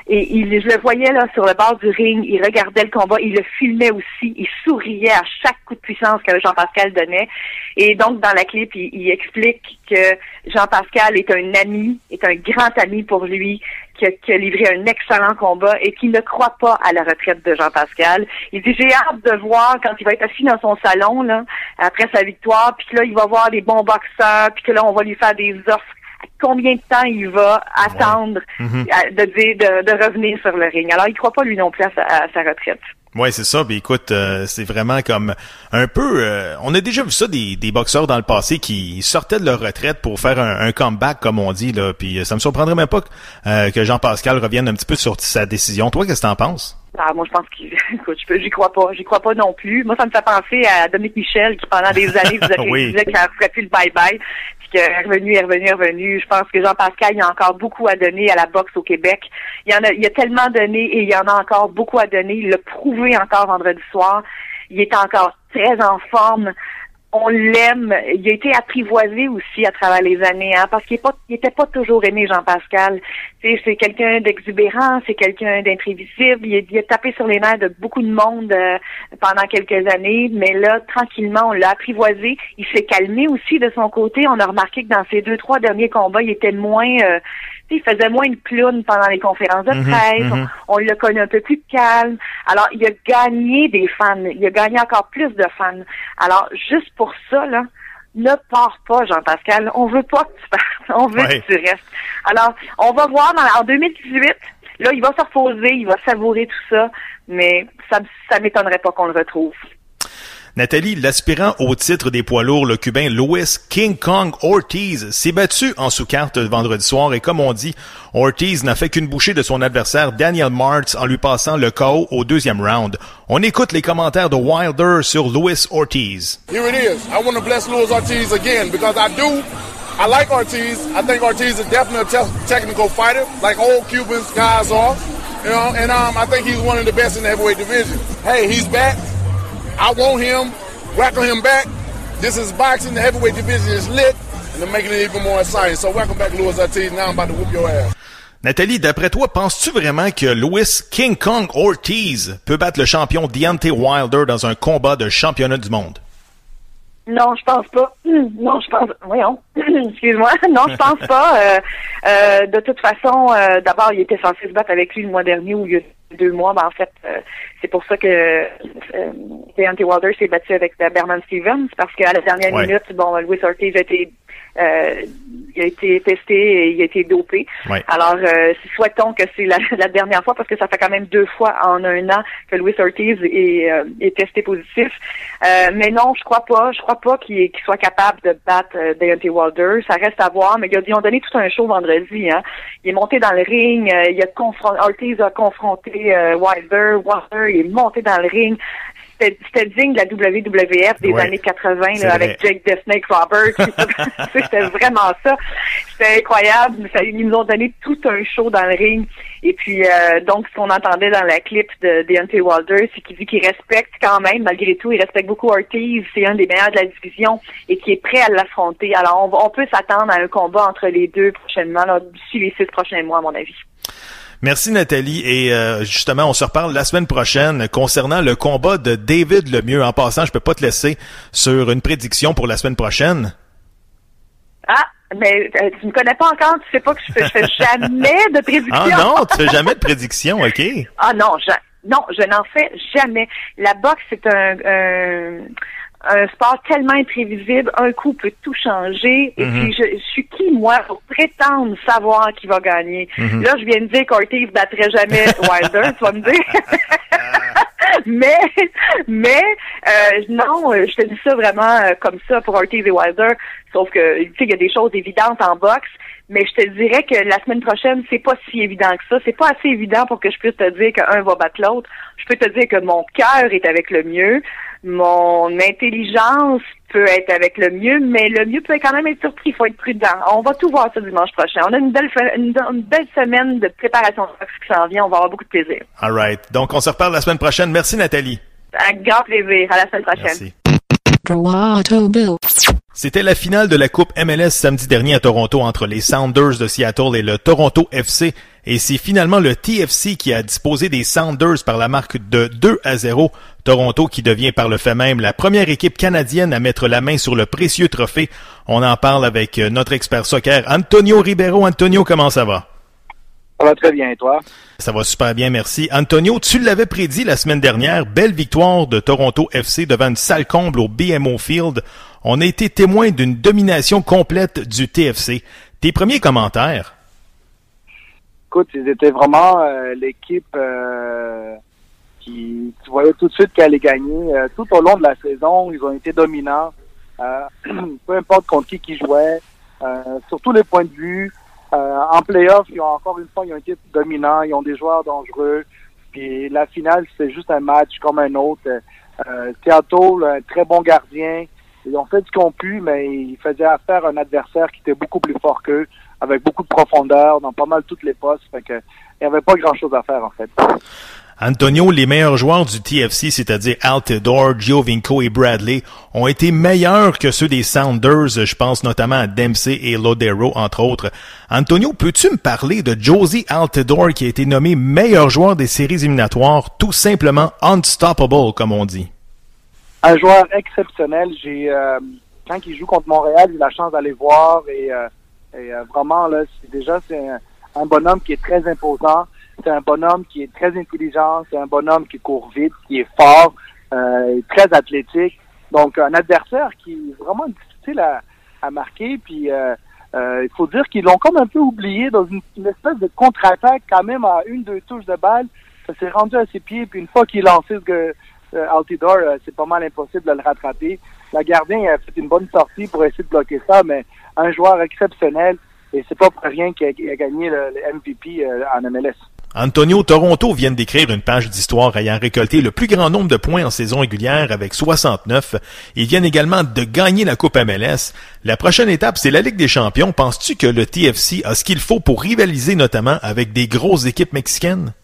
Speaker 8: Et il, je le voyais là sur le bord du ring, il regardait le combat, il le filmait aussi, il souriait à chaque coup de puissance que Jean-Pascal donnait. Et donc, dans la clip, il, il explique que Jean-Pascal est un ami, est un grand ami pour lui, qui a, qui a livré un excellent combat et qui ne croit pas à la retraite de Jean-Pascal. Il dit, j'ai hâte de voir quand il va être assis dans son salon, là, après sa victoire, puis que là, il va voir des bons boxeurs, puis que là, on va lui faire des offres. Combien de temps il va attendre ouais. mm-hmm. de, dire, de, de revenir sur le ring. Alors, il croit pas, lui non plus, à sa, à sa retraite.
Speaker 3: Ouais, c'est ça. Puis écoute, euh, c'est vraiment comme un peu... Euh, on a déjà vu ça, des, des boxeurs dans le passé qui sortaient de leur retraite pour faire un, un comeback, comme on dit, là. Puis ça me surprendrait même pas que, euh, que Jean-Pascal revienne un petit peu sur sa décision. Toi, qu'est-ce que t'en penses?
Speaker 8: Ah, moi, je pense qu'il, écoute, j'y crois pas. J'y crois pas non plus. Moi, ça me fait penser à Dominique Michel, qui pendant des années disait, oui. disait qu'il ferait plus le bye-bye, puis qu'il est revenu, est revenu, est revenu. Je pense que Jean-Pascal, il a encore beaucoup à donner à la boxe au Québec. Il y en a, il a tellement donné et il y en a encore beaucoup à donner. Il l'a prouvé encore vendredi soir. Il est encore très en forme. On l'aime. Il a été apprivoisé aussi à travers les années, hein, parce qu'il est pas, il était pas toujours aimé, Jean-Pascal. Tu sais, c'est quelqu'un d'exubérant, c'est quelqu'un d'imprévisible. Il a, il a tapé sur les nerfs de beaucoup de monde euh, pendant quelques années, mais là, tranquillement, on l'a apprivoisé. Il s'est calmé aussi de son côté. On a remarqué que dans ses deux, trois derniers combats, il était moins... Euh, il faisait moins une clown pendant les conférences de presse. Mm-hmm, mm-hmm. On, on l'a connu un peu plus calme. Alors, il a gagné des fans. Il a gagné encore plus de fans. Alors, juste pour ça, là, ne pars pas, Jean-Pascal. On veut pas que tu partes. On veut ouais. que tu restes. Alors, on va voir dans, en deux mille dix-huit. Là, il va se reposer. Il va savourer tout ça. Mais ça, ça m'étonnerait pas qu'on le retrouve.
Speaker 3: Nathalie, l'aspirant au titre des poids lourds, le Cubain Luis King Kong Ortiz, s'est battu en sous-carte vendredi soir et comme on dit, Ortiz n'a fait qu'une bouchée de son adversaire Daniel Martz en lui passant le K O au deuxième round. On écoute les commentaires de Wilder sur Luis Ortiz.
Speaker 10: Here it is. I want to bless Luis Ortiz again because I do. I like Ortiz. I think Ortiz is definitely a te- technical fighter, like old Cubans guys are. You know, and um, I think he's one of the best in the heavyweight division. Hey, he's back. I want him, welcome him back. This is boxing. The heavyweight division is lit, and they're making it even more exciting. So welcome back, Luis Ortiz. Now I'm about to whoop your ass.
Speaker 3: Nathalie, d'après toi, penses-tu vraiment que Luis King Kong Ortiz peut battre le champion Deontay Wilder dans un combat de championnat du monde?
Speaker 8: Non, je pense pas. Non, je pense... Voyons. Excuse-moi. Non, je pense pas. Euh, euh, de toute façon, euh, d'abord, il était censé se battre avec lui le mois dernier ou il y a deux mois. Ben, en fait, euh, c'est pour ça que euh, Deontay Wilder s'est battu avec euh, Berman Stevens, parce qu'à la dernière ouais. minute, bon, Luis Ortiz a été... Euh, il a été testé et il a été dopé. Ouais. Alors, euh, souhaitons que c'est la, la dernière fois, parce que ça fait quand même deux fois en un an que Luis Ortiz est, euh, est testé positif. Euh, mais non, je crois pas. Je crois pas qu'il, qu'il soit capable de battre euh, Deontay Wilder. Ça reste à voir. Mais ils ont donné tout un show vendredi. Hein. Il est monté dans le ring. Euh, il a confron- Ortiz a confronté euh, Wilder. Wilder il est monté dans le ring. C'était, c'était digne de la W W F des ouais, années quatre-vingts là, avec Jake the Snake Roberts. C'était vraiment ça. C'était incroyable. Ça, ils nous ont donné tout un show dans le ring. Et puis, euh, donc, ce qu'on entendait dans la clip de Deontay Wilder, c'est qu'il dit qu'il respecte quand même, malgré tout, il respecte beaucoup Ortiz. C'est un des meilleurs de la division et qui est prêt à l'affronter. Alors, on, on peut s'attendre à un combat entre les deux prochainement, là, d'ici les six prochains mois, à mon avis.
Speaker 3: Merci Nathalie et euh, justement on se reparle la semaine prochaine concernant le combat de David Lemieux. En passant, je peux pas te laisser sur une prédiction pour la semaine prochaine.
Speaker 8: Ah, mais euh, tu me connais pas encore, tu sais pas que je fais, je fais jamais de prédiction.
Speaker 3: Ah non, tu fais jamais de prédiction, ok.
Speaker 8: Ah non, je, non, je n'en fais jamais. La boxe c'est un, un un sport tellement imprévisible, un coup peut tout changer. Et mm-hmm. puis, je, je suis qui, moi, pour prétendre savoir qui va gagner? Mm-hmm. Là, je viens de dire qu'Ortiz battrait jamais Wilder, tu vas me dire. mais, mais, euh, non, je te dis ça vraiment euh, comme ça pour Ortiz et Wilder. Sauf que, tu sais, il y a des choses évidentes en boxe. Mais je te dirais que la semaine prochaine, c'est pas si évident que ça. C'est pas assez évident pour que je puisse te dire qu'un va battre l'autre. Je peux te dire que mon cœur est avec le mieux. Mon intelligence peut être avec le mieux, mais le mieux peut quand même être surpris. Il faut être prudent. On va tout voir ça dimanche prochain. On a une belle, une, une belle semaine de préparation de boxe qui s'en vient. On va avoir beaucoup de plaisir.
Speaker 3: All right. Donc, on se reparle la semaine prochaine. Merci, Nathalie.
Speaker 8: Avec grand plaisir. À la semaine prochaine.
Speaker 3: Merci.
Speaker 7: Droit au but.
Speaker 3: C'était la finale de la Coupe M L S samedi dernier à Toronto entre les Sounders de Seattle et le Toronto F C. Et c'est finalement le T F C qui a disposé des Sounders par la marque de deux à zéro. Toronto qui devient par le fait même la première équipe canadienne à mettre la main sur le précieux trophée. On en parle avec notre expert soccer, Antonio Ribeiro. Antonio, comment ça va?
Speaker 11: Ça va très bien, et toi?
Speaker 3: Ça va super bien, merci. Antonio, tu l'avais prédit la semaine dernière, belle victoire de Toronto F C devant une salle comble au B M O Field. On a été témoin d'une domination complète du T F C. Tes premiers commentaires?
Speaker 11: Écoute, ils étaient vraiment euh, l'équipe euh, qui, tu voyais tout de suite qu'elle allait gagner. Euh, tout au long de la saison, ils ont été dominants. Euh, peu importe contre qui qui jouait, euh, sur tous les points de vue. Euh, en play-off, ils ont encore une fois, ils ont été dominants, ils ont des joueurs dangereux. Puis la finale, c'est juste un match comme un autre. Euh, Seattle, un très bon gardien. Ils ont fait ce qu'ils ont pu, mais ils faisaient affaire à un adversaire qui était beaucoup plus fort qu'eux, avec beaucoup de profondeur dans pas mal toutes les postes. Fait que il n'y avait pas grand-chose à faire, en fait.
Speaker 3: Antonio, les meilleurs joueurs du T F C, c'est-à-dire Altidore, Giovinco et Bradley, ont été meilleurs que ceux des Sounders. Je pense notamment à Dempsey et Lodero, entre autres. Antonio, peux-tu me parler de Josie Altidore qui a été nommé meilleur joueur des séries éliminatoires, tout simplement unstoppable, comme on dit?
Speaker 11: Un joueur exceptionnel. J'ai euh, quand il joue contre Montréal, j'ai eu la chance d'aller voir et, euh, et euh, vraiment là, c'est déjà c'est un, un bonhomme qui est très imposant. C'est un bonhomme qui est très intelligent. C'est un bonhomme qui court vite, qui est fort, euh, très athlétique. Donc un adversaire qui est vraiment difficile à, à marquer. Puis euh, euh, il faut dire qu'ils l'ont comme un peu oublié dans une, une espèce de contre-attaque quand même à une deux touches de balle. Ça s'est rendu à ses pieds. Puis une fois qu'il a lancé ce que Euh, Altidore, euh, c'est pas mal impossible de le rattraper. La gardien a fait une bonne sortie pour essayer de bloquer ça, mais un joueur exceptionnel, et c'est pas pour rien qu'il a, qu'il a gagné le, le M V P euh, en M L S.
Speaker 3: Antonio, Toronto vient d'écrire une page d'histoire ayant récolté le plus grand nombre de points en saison régulière avec soixante-neuf. Ils viennent également de gagner la Coupe M L S. La prochaine étape, c'est la Ligue des champions. Penses-tu que le T F C a ce qu'il faut pour rivaliser notamment avec des grosses équipes mexicaines?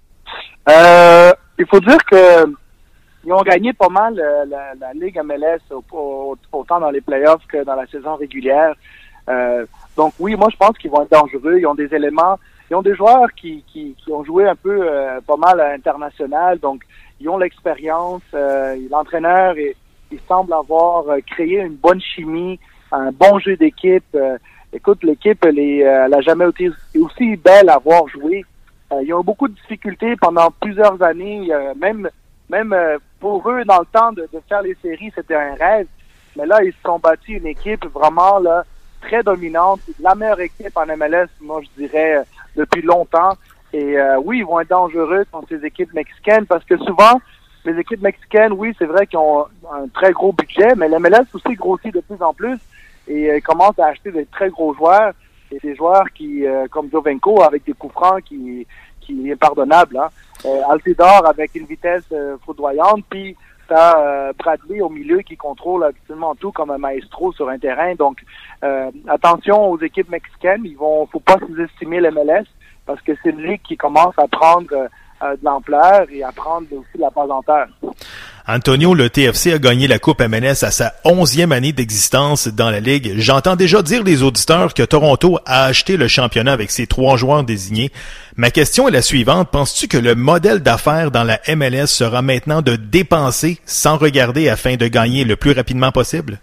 Speaker 11: Euh, il faut dire que ils ont gagné pas mal euh, la, la Ligue M L S au, au, autant dans les playoffs que dans la saison régulière. Euh, donc oui, moi je pense qu'ils vont être dangereux. Ils ont des éléments, ils ont des joueurs qui, qui, qui ont joué un peu euh, pas mal à l'international. Donc ils ont l'expérience. Euh, l'entraîneur, et, il semble avoir euh, créé une bonne chimie, un bon jeu d'équipe. Euh, écoute, l'équipe, elle, est, euh, elle a jamais été aussi belle à voir jouer. Euh, ils ont eu beaucoup de difficultés pendant plusieurs années, euh, même Même euh, pour eux, dans le temps de, de faire les séries, c'était un rêve. Mais là, ils se sont battus une équipe vraiment là très dominante. La meilleure équipe en M L S, moi, je dirais, euh, depuis longtemps. Et euh, oui, ils vont être dangereux contre ces équipes mexicaines parce que souvent, les équipes mexicaines, oui, c'est vrai qu'ils ont un très gros budget, mais l'M L S aussi grossit de plus en plus et euh, commence à acheter des très gros joueurs et des joueurs qui, euh, comme Giovinco, avec des coups francs qui, qui est pardonnable, hein. Euh, Altidore avec une vitesse euh, foudroyante, puis t'as euh, Bradley au milieu qui contrôle absolument tout comme un maestro sur un terrain. Donc euh, attention aux équipes mexicaines, ils vont, faut pas sous-estimer l'M L S parce que c'est une ligue qui commence à prendre euh, de l'ampleur et à prendre aussi de la pesanteur.
Speaker 3: Antonio, le T F C a gagné la Coupe M L S à sa onzième année d'existence dans la Ligue. J'entends déjà dire les auditeurs que Toronto a acheté le championnat avec ses trois joueurs désignés. Ma question est la suivante. Penses-tu que le modèle d'affaires dans la M L S sera maintenant de dépenser sans regarder afin de gagner le plus rapidement possible?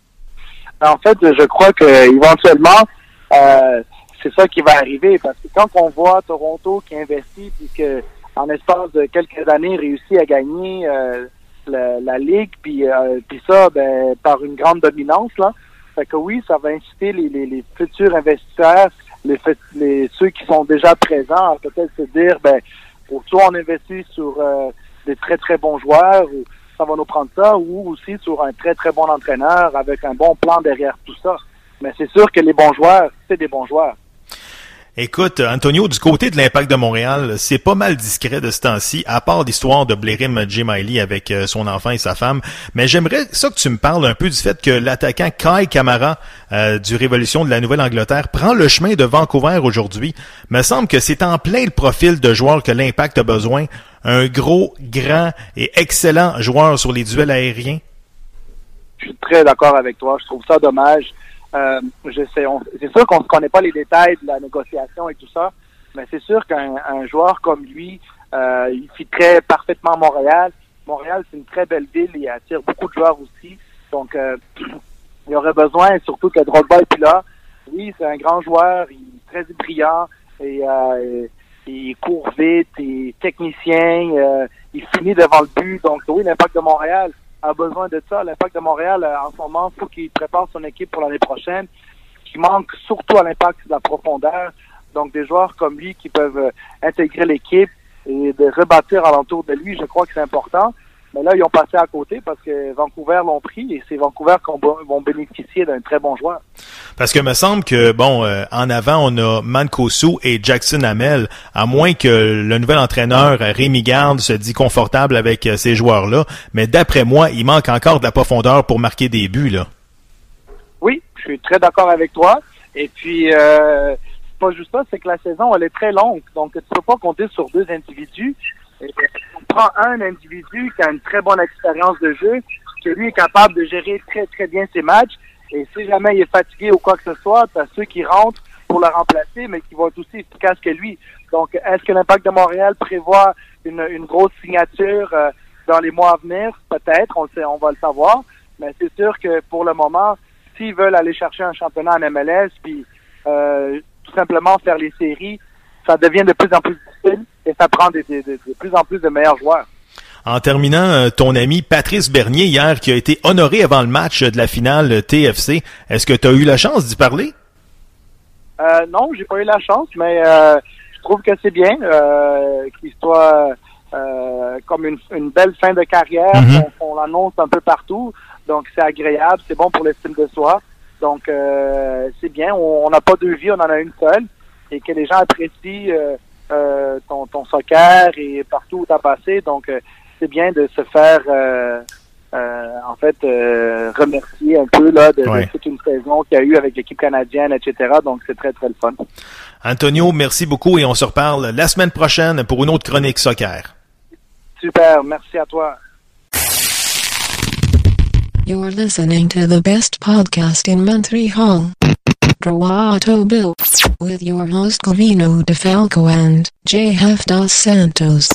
Speaker 11: En fait, je crois que éventuellement, euh, c'est ça qui va arriver parce que quand on voit Toronto qui investit puis que en espace de quelques années réussit à gagner euh, La, la ligue, puis euh, puis ça, ben par une grande dominance là. Fait que oui, ça va inciter les, les, les futurs investisseurs, les, les ceux qui sont déjà présents, à peut-être se dire, ben, soit on investit sur euh, des très très bons joueurs, ou ça va nous prendre ça, ou aussi sur un très très bon entraîneur avec un bon plan derrière tout ça. Mais c'est sûr que les bons joueurs, c'est des bons joueurs.
Speaker 3: Écoute, Antonio, du côté de l'Impact de Montréal, c'est pas mal discret de ce temps-ci, à part l'histoire de Blairim Djemaili avec euh, son enfant et sa femme. Mais j'aimerais ça que tu me parles un peu du fait que l'attaquant Kai Kamara euh, du Révolution de la Nouvelle-Angleterre prend le chemin de Vancouver aujourd'hui. Me semble que c'est en plein le profil de joueur que l'Impact a besoin. Un gros, grand et excellent joueur sur les duels aériens.
Speaker 11: je suis très d'accord avec toi. Je trouve ça dommage. Euh, je sais, on, c'est sûr qu'on ne connaît pas les détails de la négociation et tout ça, mais c'est sûr qu'un un joueur comme lui, euh, il fitterait parfaitement à Montréal. Montréal, c'est une très belle ville, il attire beaucoup de joueurs aussi. Donc, euh, il y aurait besoin, surtout que Drogba est plus là. Oui, c'est un grand joueur, il est très brillant, et euh, il court vite, il est technicien, euh, il finit devant le but. Donc, oui, l'Impact de Montréal a besoin de ça. L'Impact de Montréal, en ce moment, il faut qu'il prépare son équipe pour l'année prochaine. Ce qui manque surtout à l'Impact, c'est de la profondeur. Donc, des joueurs comme lui qui peuvent intégrer l'équipe et de rebâtir alentour de lui, je crois que c'est important. Mais là, ils ont passé à côté parce que Vancouver l'ont pris et c'est Vancouver qui vont bénéficier d'un très bon joueur.
Speaker 3: Parce que me semble que, bon, euh, en avant, on a Mancosu et Jackson Hamel, à moins que le nouvel entraîneur, Rémi Garde, se dit confortable avec euh, ces joueurs-là. Mais d'après moi, il manque encore de la profondeur pour marquer des buts, là. Oui,
Speaker 11: je suis très d'accord avec toi. Et puis, euh, c'est pas juste ça, c'est que la saison, elle est très longue. Donc, tu peux pas compter sur deux individus. Et on prend un individu qui a une très bonne expérience de jeu, que lui est capable de gérer très très bien ses matchs. Et si jamais il est fatigué ou quoi que ce soit, t'as ceux qui rentrent pour le remplacer, mais qui vont être aussi efficaces que lui. Donc, est-ce que l'Impact de Montréal prévoit une, une grosse signature euh, dans les mois à venir? Peut-être, on le sait, on va le savoir. Mais c'est sûr que pour le moment, s'ils veulent aller chercher un championnat en M L S, puis euh, tout simplement faire les séries, ça devient de plus en plus difficile et ça prend de, de, de, de plus en plus de meilleurs joueurs.
Speaker 3: En terminant, ton ami Patrice Bernier, hier, qui a été honoré avant le match de la finale T F C, est-ce que tu as eu la chance d'y parler?
Speaker 11: Euh, non, j'ai pas eu la chance, mais euh, je trouve que c'est bien euh, qu'il soit euh, comme une, une belle fin de carrière, mm-hmm. qu'on, qu'on l'annonce un peu partout. Donc, c'est agréable, c'est bon pour l'estime de soi. Donc, euh, c'est bien. On n'a pas deux vies, on en a une seule. Et que les gens apprécient euh, euh, ton, ton soccer et partout où tu as passé. Donc, euh, c'est bien de se faire, euh, euh, en fait, euh, remercier un peu là de, ouais. de toute une saison qu'il y a eu avec l'équipe canadienne, et cetera. Donc, c'est très, très le fun.
Speaker 3: Antonio, merci beaucoup et on se reparle la semaine prochaine pour une autre chronique soccer.
Speaker 11: Super, merci à toi.
Speaker 12: You're listening to the best podcast in Montreal. Droit au but, with your host Gavino DeFalco and J F Dos Santos.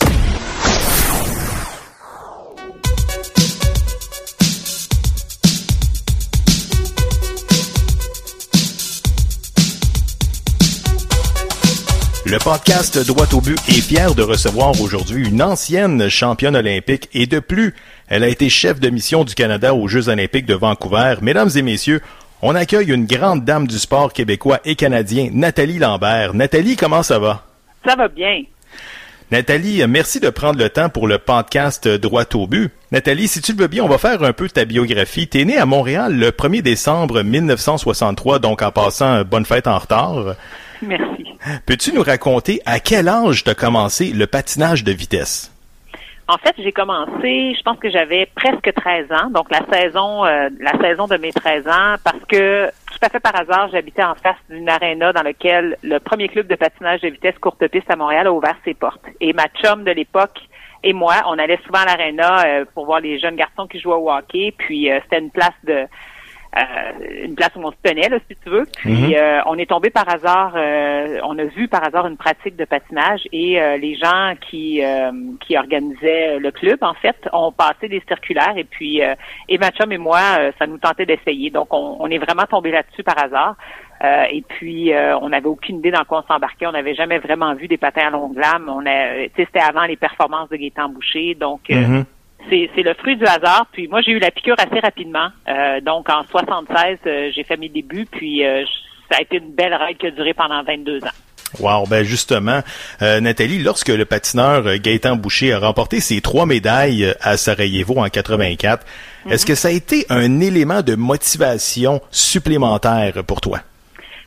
Speaker 3: Le podcast Droit au but est fier de recevoir aujourd'hui une ancienne championne olympique et de plus, elle a été chef de mission du Canada aux Jeux olympiques de Vancouver. Mesdames et messieurs, on accueille une grande dame du sport québécois et canadien, Nathalie Lambert. Nathalie, comment ça va?
Speaker 13: Ça va bien.
Speaker 3: Nathalie, merci de prendre le temps pour le podcast Droit au but. Nathalie, si tu le veux bien, on va faire un peu ta biographie. Tu es née à Montréal le premier décembre mille neuf cent soixante-trois, donc en passant, bonne fête en retard.
Speaker 13: Merci.
Speaker 3: Peux-tu nous raconter à quel âge tu as commencé le patinage de vitesse?
Speaker 13: En fait, j'ai commencé, je pense que j'avais presque treize ans, donc la saison euh, la saison de mes treize ans, parce que tout à fait par hasard, j'habitais en face d'une aréna dans laquelle le premier club de patinage de vitesse courte piste à Montréal a ouvert ses portes. Et ma chum de l'époque et moi, on allait souvent à l'aréna euh, pour voir les jeunes garçons qui jouaient au hockey, puis euh, c'était une place de Euh, une place où on se tenait, là, si tu veux. Puis mm-hmm. euh, on est tombé par hasard, euh, on a vu par hasard une pratique de patinage et euh, les gens qui euh, qui organisaient le club, en fait, ont passé des circulaires et puis euh, et ma chum et moi, euh, ça nous tentait d'essayer. Donc on, on est vraiment tombé là-dessus par hasard. Euh, et puis euh, on n'avait aucune idée dans quoi on s'embarquait. On n'avait jamais vraiment vu des patins à longue lame. On a, tu sais, c'était avant les performances de Gaétan Boucher, donc. Euh, mm-hmm. C'est, c'est le fruit du hasard. Puis moi, j'ai eu la piqûre assez rapidement. Euh, donc, en soixante-seize, euh, j'ai fait mes débuts. Puis euh, ça a été une belle règle qui a duré pendant vingt-deux ans.
Speaker 3: Wow, ben justement, euh, Nathalie, lorsque le patineur Gaétan Boucher a remporté ses trois médailles à Sarajevo en quatre-vingt-quatre, mm-hmm. est-ce que ça a été un élément de motivation supplémentaire pour toi?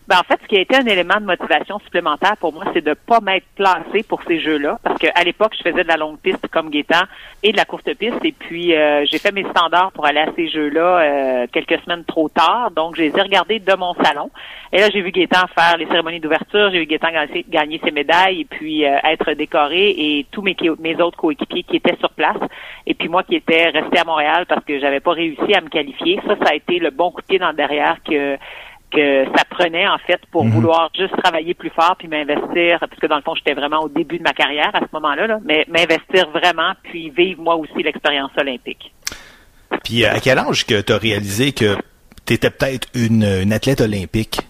Speaker 13: Ben, en fait, ce qui a été un élément de motivation supplémentaire pour moi, c'est de pas m'être placé pour ces jeux-là. Parce qu'à l'époque, je faisais de la longue piste comme Gaétan et de la courte piste. Et puis, euh, j'ai fait mes standards pour aller à ces jeux-là euh, quelques semaines trop tard. Donc, je les ai regardés de mon salon. Et là, j'ai vu Gaétan faire les cérémonies d'ouverture. J'ai vu Gaétan gagner, gagner ses médailles et puis euh, être décoré. Et tous mes, mes autres coéquipiers qui étaient sur place. Et puis moi qui étais resté à Montréal parce que j'avais pas réussi à me qualifier. Ça, ça a été le bon coup de pied dans le derrière que que ça prenait, en fait, pour mmh. vouloir juste travailler plus fort puis m'investir, parce que dans le fond, j'étais vraiment au début de ma carrière à ce moment-là, là, mais m'investir vraiment puis vivre moi aussi l'expérience olympique.
Speaker 3: Puis à quel âge que tu as réalisé que tu étais peut-être une, une athlète olympique?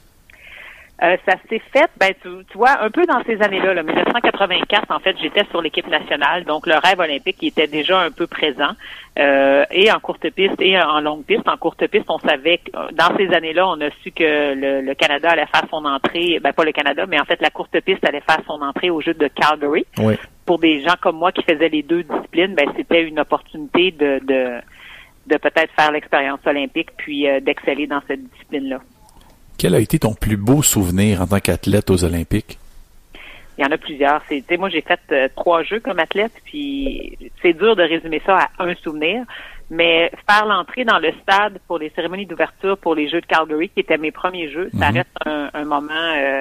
Speaker 13: Euh, ça s'est fait, ben tu, tu vois, un peu dans ces années-là, là, dix-neuf cent quatre-vingt-quatre, en fait, j'étais sur l'équipe nationale, donc le rêve olympique il était déjà un peu présent, euh, et en courte piste et en longue piste. En courte piste, on savait que dans ces années-là, on a su que le, le Canada allait faire son entrée, ben pas le Canada, mais en fait la courte piste allait faire son entrée aux Jeux de Calgary.
Speaker 3: Oui.
Speaker 13: Pour des gens comme moi qui faisaient les deux disciplines, ben c'était une opportunité de de, de peut-être faire l'expérience olympique puis euh, d'exceller dans cette discipline-là.
Speaker 14: Quel a été ton plus beau souvenir en tant qu'athlète aux Olympiques?
Speaker 13: Il y en a plusieurs. C'est, tu sais, moi, j'ai fait euh, trois jeux comme athlète, puis c'est dur de résumer ça à un souvenir. Mais faire l'entrée dans le stade pour les cérémonies d'ouverture pour les Jeux de Calgary, qui étaient mes premiers jeux, mm-hmm. ça reste un, un moment euh,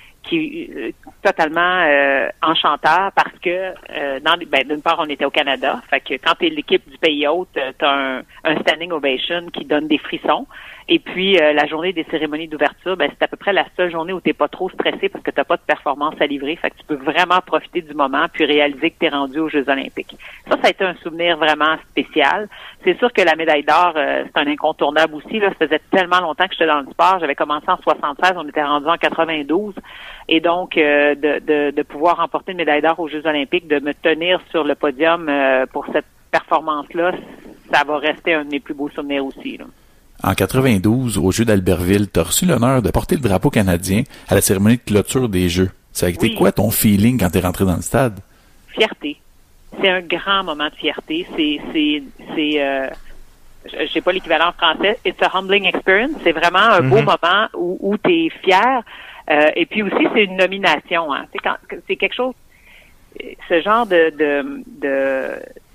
Speaker 13: qui est totalement euh, enchanteur parce que, euh, dans, ben, d'une part, on était au Canada. Fait que quand t'es l'équipe du pays hôte, t'as un, un standing ovation qui donne des frissons. Et puis, euh, la journée des cérémonies d'ouverture, ben, c'est à peu près la seule journée où t'es pas trop stressé parce que t'as pas de performance à livrer. Fait que tu peux vraiment profiter du moment puis réaliser que t'es rendu aux Jeux olympiques. Ça, ça a été un souvenir vraiment spécial. C'est sûr que la médaille d'or, euh, c'est un incontournable aussi, là. Ça faisait tellement longtemps que j'étais dans le sport. J'avais commencé en soixante-seize, on était rendu en quatre-vingt-douze. Et donc, euh, de, de, de pouvoir remporter une médaille d'or aux Jeux olympiques, de me tenir sur le podium euh, pour cette performance-là, ça va rester un de mes plus beaux souvenirs aussi, là.
Speaker 14: En quatre-vingt-douze, aux Jeux d'Albertville, tu as reçu l'honneur de porter le drapeau canadien à la cérémonie de clôture des Jeux. Ça a été oui. quoi ton feeling quand tu es rentré dans le stade?
Speaker 13: Fierté. C'est un grand moment de fierté. C'est, c'est, c'est, euh, je sais pas l'équivalent en français. It's a humbling experience. C'est vraiment un mm-hmm. beau moment où, où tu es fier. Euh, et puis aussi, c'est une nomination. Hein. C'est, quand, c'est quelque chose, ce genre de, de, de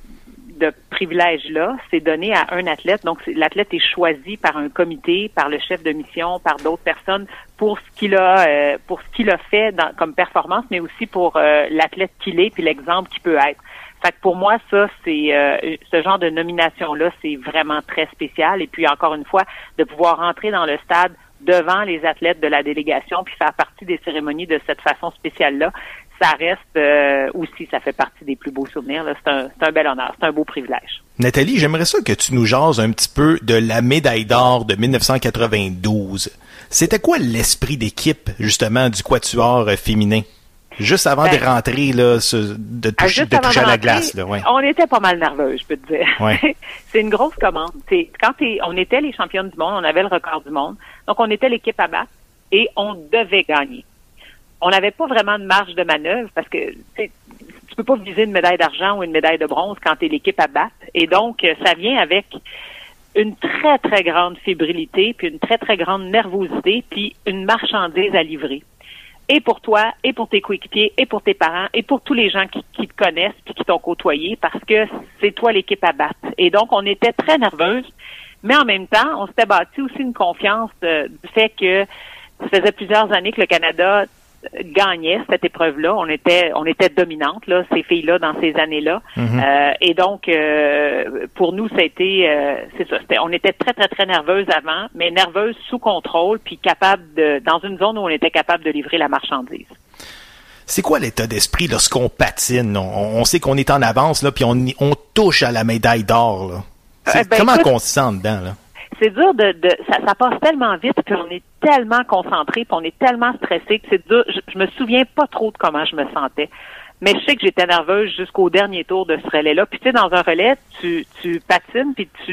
Speaker 13: de privilège-là, c'est donné à un athlète. Donc, c'est, l'athlète est choisi par un comité, par le chef de mission, par d'autres personnes pour ce qu'il a, euh, pour ce qu'il a fait dans, comme performance, mais aussi pour euh, l'athlète qu'il est puis l'exemple qu'il peut être. Fait que pour moi, ça, c'est euh, ce genre de nomination-là, c'est vraiment très spécial. Et puis, encore une fois, de pouvoir rentrer dans le stade devant les athlètes de la délégation puis faire partie des cérémonies de cette façon spéciale-là, ça reste euh, aussi, ça fait partie des plus beaux souvenirs. Là. C'est, un, c'est un bel honneur, c'est un beau privilège.
Speaker 3: Nathalie, j'aimerais ça que tu nous jases un petit peu de la médaille d'or de dix-neuf cent quatre-vingt-douze. C'était quoi l'esprit d'équipe, justement, du quatuor féminin? Juste avant ben, de rentrer, là, de toucher, de toucher à la glace. Là, ouais.
Speaker 13: On était pas mal nerveux, je peux te dire.
Speaker 3: Ouais.
Speaker 13: C'est une grosse commande. C'est, quand t'es, on était les championnes du monde, on avait le record du monde. Donc, on était l'équipe à battre et on devait gagner. On n'avait pas vraiment de marge de manœuvre parce que tu peux pas viser une médaille d'argent ou une médaille de bronze quand tu es l'équipe à battre. Et donc, ça vient avec une très, très grande fébrilité, puis une très, très grande nervosité, puis une marchandise à livrer. Et pour toi, et pour tes coéquipiers, et pour tes parents, et pour tous les gens qui, qui te connaissent puis qui t'ont côtoyé, parce que c'est toi l'équipe à battre. Et donc, on était très nerveuses, mais en même temps, on s'était bâti aussi une confiance euh, du fait que ça faisait plusieurs années que le Canada gagnait cette épreuve-là. On était, on était dominante, là, ces filles-là, dans ces années-là. Mm-hmm. Euh, et donc, euh, pour nous, ça a été, euh, c'est ça, c'était, on était très, très, très nerveuses avant, mais nerveuses sous contrôle, puis capable de, dans une zone où on était capable de livrer la marchandise.
Speaker 3: C'est quoi l'état d'esprit lorsqu'on patine? On, on sait qu'on est en avance, là, puis on, on touche à la médaille d'or, là. C'est, euh, ben, comment écoute, on se sent dedans, là?
Speaker 13: C'est dur de, de ça, ça passe tellement vite, puis on est tellement concentré, puis on est tellement stressé que c'est dur. Je, je me souviens pas trop de comment je me sentais, mais je sais que j'étais nerveuse jusqu'au dernier tour de ce relais-là. Puis tu sais, dans un relais, tu tu patines, puis tu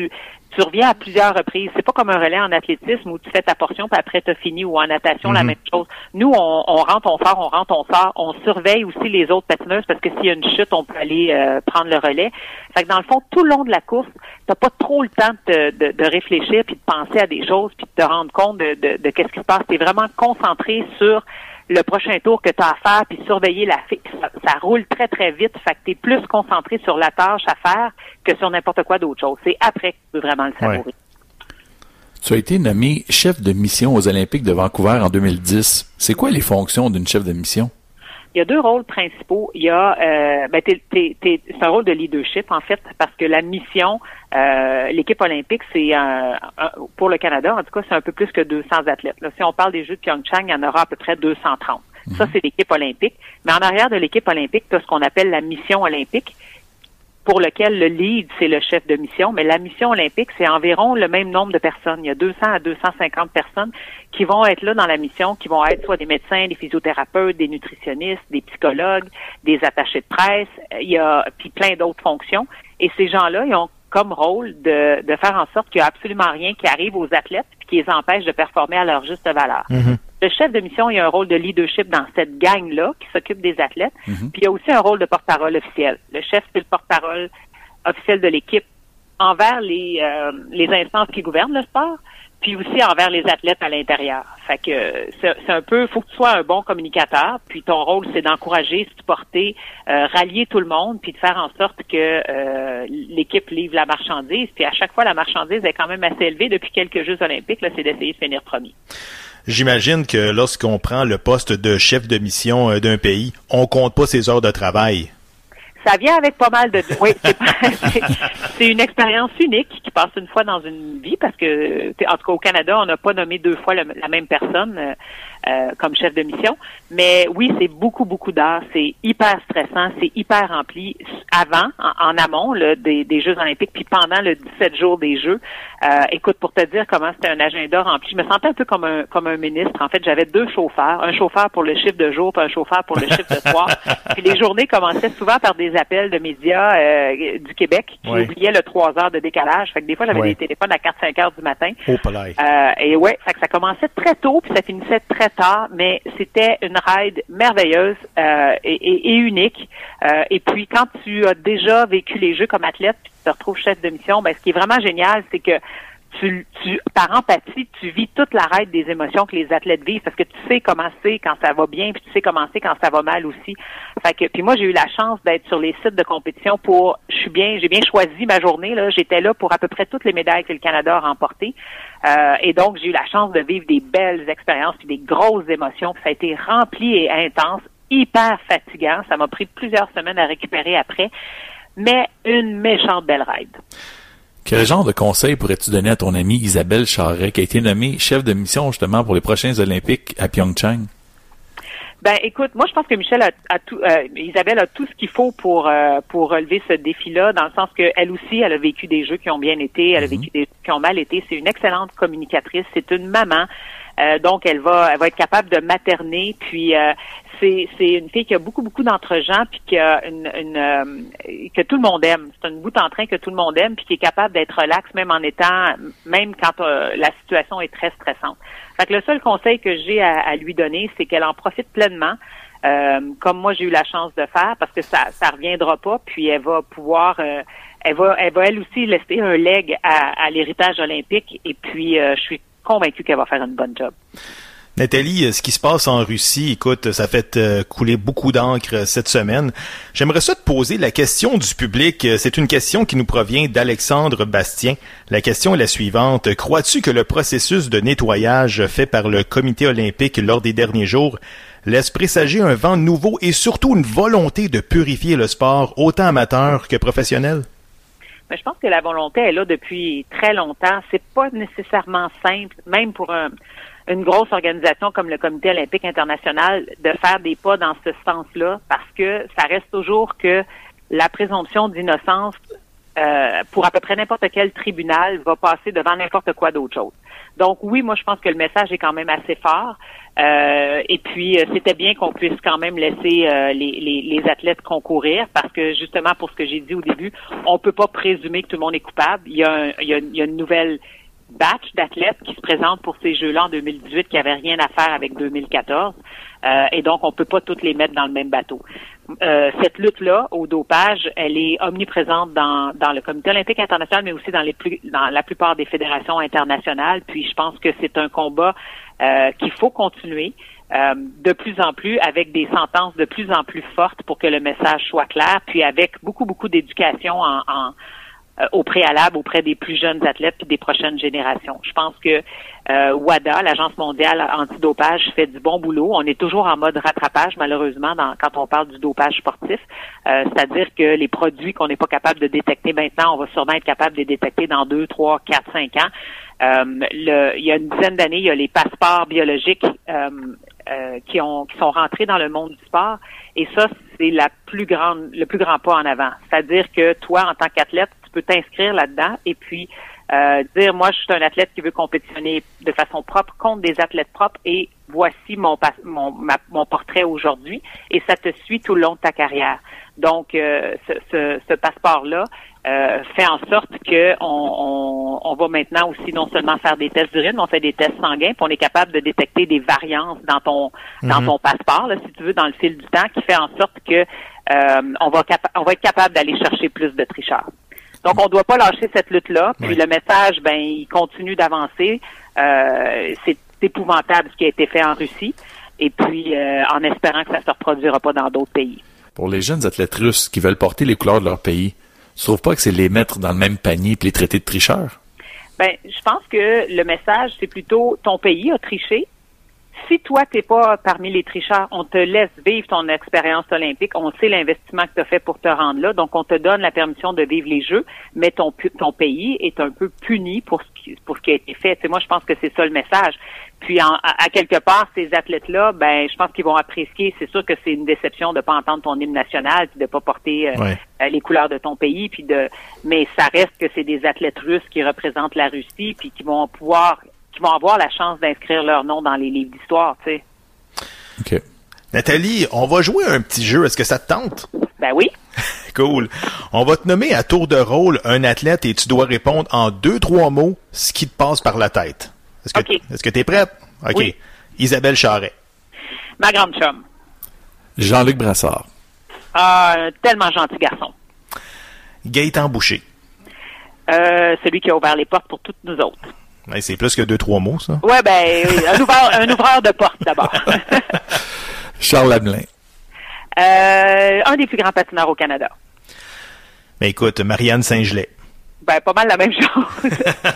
Speaker 13: tu reviens à plusieurs reprises. C'est pas comme un relais en athlétisme où tu fais ta portion puis après t'as fini, ou en natation, mm-hmm. la même chose. Nous, on, on rentre, on sort, on rentre, on sort. On surveille aussi les autres patineuses parce que s'il y a une chute, on peut aller euh, prendre le relais. Fait que dans le fond, tout le long de la course, t'as pas trop le temps de, de, de réfléchir puis de penser à des choses puis de te rendre compte de, de, de qu'est-ce qui se passe. T'es vraiment concentré sur le prochain tour que tu as à faire, puis surveiller la fille. Ça, ça roule très, très vite. Fait que tu es plus concentré sur la tâche à faire que sur n'importe quoi d'autre chose. C'est après que tu peux vraiment le savourer. Ouais.
Speaker 14: Tu as été nommé chef de mission aux Olympiques de Vancouver en deux mille dix. C'est quoi les fonctions d'une chef de mission?
Speaker 13: Il y a deux rôles principaux. Il y a, euh, ben, t'es, t'es, t'es, c'est un rôle de leadership, en fait, parce que la mission, euh, l'équipe olympique, c'est, un, un, pour le Canada, en tout cas, c'est un peu plus que deux cents athlètes. Là, si on parle des Jeux de Pyeongchang, il y en aura à peu près deux cent trente. Mm-hmm. Ça, c'est l'équipe olympique. Mais en arrière de l'équipe olympique, tu as ce qu'on appelle la mission olympique, pour lequel le lead, c'est le chef de mission. Mais la mission olympique, c'est environ le même nombre de personnes. Il y a deux cents à deux cent cinquante personnes qui vont être là dans la mission, qui vont être soit des médecins, des physiothérapeutes, des nutritionnistes, des psychologues, des attachés de presse. Il y a puis plein d'autres fonctions. Et ces gens-là, ils ont comme rôle de, de faire en sorte qu'il n'y a absolument rien qui arrive aux athlètes et qui les empêche de performer à leur juste valeur. Mm-hmm. Le chef de mission, il y a un rôle de leadership dans cette gang-là qui s'occupe des athlètes. Mm-hmm. Puis il y a aussi un rôle de porte-parole officiel. Le chef, c'est le porte-parole officiel de l'équipe envers les, euh, les instances qui gouvernent le sport, puis aussi envers les athlètes à l'intérieur. Fait que c'est, c'est un peu, faut que tu sois un bon communicateur, puis ton rôle, c'est d'encourager, supporter, euh, rallier tout le monde, puis de faire en sorte que euh, l'équipe livre la marchandise. Puis à chaque fois, la marchandise est quand même assez élevée. Depuis quelques Jeux olympiques, là, c'est d'essayer de finir premier.
Speaker 3: J'imagine que lorsqu'on prend le poste de chef de mission d'un pays, on compte pas ses heures de travail.
Speaker 13: Ça vient avec pas mal de... Oui, c'est, c'est, c'est une expérience unique qui passe une fois dans une vie parce que, en tout cas, au Canada, on n'a pas nommé deux fois le, la même personne euh, euh, comme chef de mission. Mais oui, c'est beaucoup, beaucoup d'heures. C'est hyper stressant. C'est hyper rempli avant, en, en amont là, des, des Jeux olympiques, puis pendant le dix-sept jours des Jeux. Euh, écoute, pour te dire comment c'était un agenda rempli, je me sentais un peu comme un, comme un ministre. En fait, j'avais deux chauffeurs. Un chauffeur pour le chiffre de jour, puis un chauffeur pour le chiffre de soir. Puis les journées commençaient souvent par des appels de médias euh, du Québec qui oui. oubliaient le trois heures de décalage. Fait que des fois, j'avais oui. des téléphones à quatre cinq heures du matin.
Speaker 3: Oh, palais.
Speaker 13: Euh, et ouais, fait que ça commençait très tôt puis ça finissait très tard, mais c'était une ride merveilleuse euh, et, et, et unique. Euh, et puis, quand tu as déjà vécu les Jeux comme athlète puis tu te retrouves chef de mission, ben ce qui est vraiment génial, c'est que Tu, tu, par empathie, tu vis toute la ride des émotions que les athlètes vivent parce que tu sais comment c'est quand ça va bien puis tu sais comment c'est quand ça va mal aussi. Fait que, puis moi, j'ai eu la chance d'être sur les sites de compétition pour, je suis bien, j'ai bien choisi ma journée, là. J'étais là pour à peu près toutes les médailles que le Canada a remportées. Euh, et donc, j'ai eu la chance de vivre des belles expériences puis des grosses émotions. Puis ça a été rempli et intense, hyper fatigant. Ça m'a pris plusieurs semaines à récupérer après, mais une méchante belle ride.
Speaker 14: Quel genre de conseil pourrais-tu donner à ton amie Isabelle Charret, qui a été nommée chef de mission justement pour les prochains Olympiques à Pyeongchang?
Speaker 13: Ben, écoute, moi je pense que Michel a, a tout, euh, Isabelle a tout ce qu'il faut pour euh, pour relever ce défi-là, dans le sens que elle aussi, elle a vécu des jeux qui ont bien été, elle a vécu des jeux qui ont mal été. C'est une excellente communicatrice, c'est une maman, euh, donc elle va elle va être capable de materner, puis euh, c'est c'est une fille qui a beaucoup beaucoup d'entre-gens, puis qui a une, une euh, que tout le monde aime. C'est une bout en train que tout le monde aime, puis qui est capable d'être relax même en étant même quand euh, la situation est très stressante. Fait que le seul conseil que j'ai à, à lui donner, c'est qu'elle en profite pleinement, euh, comme moi j'ai eu la chance de faire, parce que ça ça reviendra pas, puis elle va pouvoir euh, elle va elle va elle aussi laisser un leg à, à l'héritage olympique, et puis euh, je suis convaincue qu'elle va faire une bonne job.
Speaker 3: Nathalie, ce qui se passe en Russie, écoute, ça fait euh, couler beaucoup d'encre cette semaine. J'aimerais ça te poser la question du public. C'est une question qui nous provient d'Alexandre Bastien. La question est la suivante. Crois-tu que le processus de nettoyage fait par le comité olympique lors des derniers jours laisse présager un vent nouveau et surtout une volonté de purifier le sport, autant amateur que professionnel?
Speaker 13: Mais je pense que la volonté est là depuis très longtemps. C'est pas nécessairement simple, même pour un... une grosse organisation comme le Comité olympique international, de faire des pas dans ce sens-là, parce que ça reste toujours que la présomption d'innocence euh, pour à peu près n'importe quel tribunal, va passer devant n'importe quoi d'autre chose. Donc oui, moi je pense que le message est quand même assez fort. Euh, et puis euh, c'était bien qu'on puisse quand même laisser euh, les, les, les athlètes concourir, parce que justement pour ce que j'ai dit au début, on peut pas présumer que tout le monde est coupable. Il y a, un, il y a, il y a une nouvelle batch d'athlètes qui se présentent pour ces Jeux-là en deux mille dix-huit qui avaient rien à faire avec deux mille quatorze. Euh, et donc, on peut pas toutes les mettre dans le même bateau. Euh, cette lutte-là au dopage, elle est omniprésente dans, dans le Comité olympique international, mais aussi dans les plus, dans la plupart des fédérations internationales. Puis, je pense que c'est un combat euh, qu'il faut continuer euh, de plus en plus, avec des sentences de plus en plus fortes pour que le message soit clair, puis avec beaucoup, beaucoup d'éducation en, en au préalable auprès des plus jeunes athlètes et des prochaines générations. Je pense que euh, WADA, l'Agence mondiale antidopage, fait du bon boulot. On est toujours en mode rattrapage, malheureusement, dans, quand on parle du dopage sportif. Euh, c'est-à-dire que les produits qu'on n'est pas capable de détecter maintenant, on va sûrement être capable de les détecter dans deux, trois, quatre, cinq ans. Euh, le, il y a une dizaine d'années, il y a les passeports biologiques euh, euh, qui ont qui sont rentrés dans le monde du sport. Et ça, c'est la plus grande, le plus grand pas en avant. C'est-à-dire que toi, en tant qu'athlète, tu peux t'inscrire là-dedans et puis euh, dire, moi, je suis un athlète qui veut compétitionner de façon propre contre des athlètes propres et voici mon mon, ma, mon portrait aujourd'hui, et ça te suit tout le long de ta carrière. Donc, euh, ce, ce, ce passeport-là euh, fait en sorte que on, on, on va maintenant aussi non seulement faire des tests d'urine, mais on fait des tests sanguins, puis on est capable de détecter des variances dans ton mm-hmm. dans ton passeport, là, si tu veux, dans le fil du temps, qui fait en sorte que euh, on va capa- on va être capable d'aller chercher plus de tricheurs. Donc, on ne doit pas lâcher cette lutte-là. Puis oui. Le message, ben, il continue d'avancer. Euh, c'est épouvantable ce qui a été fait en Russie. Et puis, euh, en espérant que ça ne se reproduira pas dans d'autres pays.
Speaker 14: Pour les jeunes athlètes russes qui veulent porter les couleurs de leur pays, tu trouves pas que c'est les mettre dans le même panier et les traiter de tricheurs?
Speaker 13: Ben, je pense que le message, c'est plutôt ton pays a triché. Si toi, t'es pas parmi les tricheurs, on te laisse vivre ton expérience olympique, on sait l'investissement que tu as fait pour te rendre là, donc on te donne la permission de vivre les Jeux, mais ton ton pays est un peu puni pour ce qui, pour ce qui a été fait. Tu sais, moi, je pense que c'est ça le message. Puis, en, à, à quelque part, ces athlètes-là, ben, je pense qu'ils vont apprécier. C'est sûr que c'est une déception de pas entendre ton hymne national, puis de pas porter euh, ouais. euh, les couleurs de ton pays, puis de, mais ça reste que c'est des athlètes russes qui représentent la Russie, puis qui vont pouvoir qui vont avoir la chance d'inscrire leur nom dans les livres d'histoire, tu sais.
Speaker 3: OK. Nathalie, on va jouer à un petit jeu. Est-ce que ça te tente?
Speaker 13: Ben oui.
Speaker 3: Cool. On va te nommer à tour de rôle un athlète et tu dois répondre en deux, trois mots ce qui te passe par la tête. Est-ce que,
Speaker 13: okay.
Speaker 3: est-ce que t'es prête? OK.
Speaker 13: Oui.
Speaker 3: Isabelle Charret.
Speaker 13: Ma grande chum.
Speaker 14: Jean-Luc Brassard.
Speaker 13: Ah, un tellement gentil garçon.
Speaker 3: Gaëtan Boucher.
Speaker 13: Euh, celui qui a ouvert les portes pour toutes nous autres.
Speaker 3: Ouais, c'est plus que deux, trois mots, ça.
Speaker 13: Ouais, ben, un ouvreur, un ouvreur de porte, d'abord.
Speaker 14: Charles Lamelin.
Speaker 13: Euh, un des plus grands patineurs au Canada.
Speaker 3: Ben, écoute, Marianne Saint-Gelais.
Speaker 13: Ben, pas mal la même chose.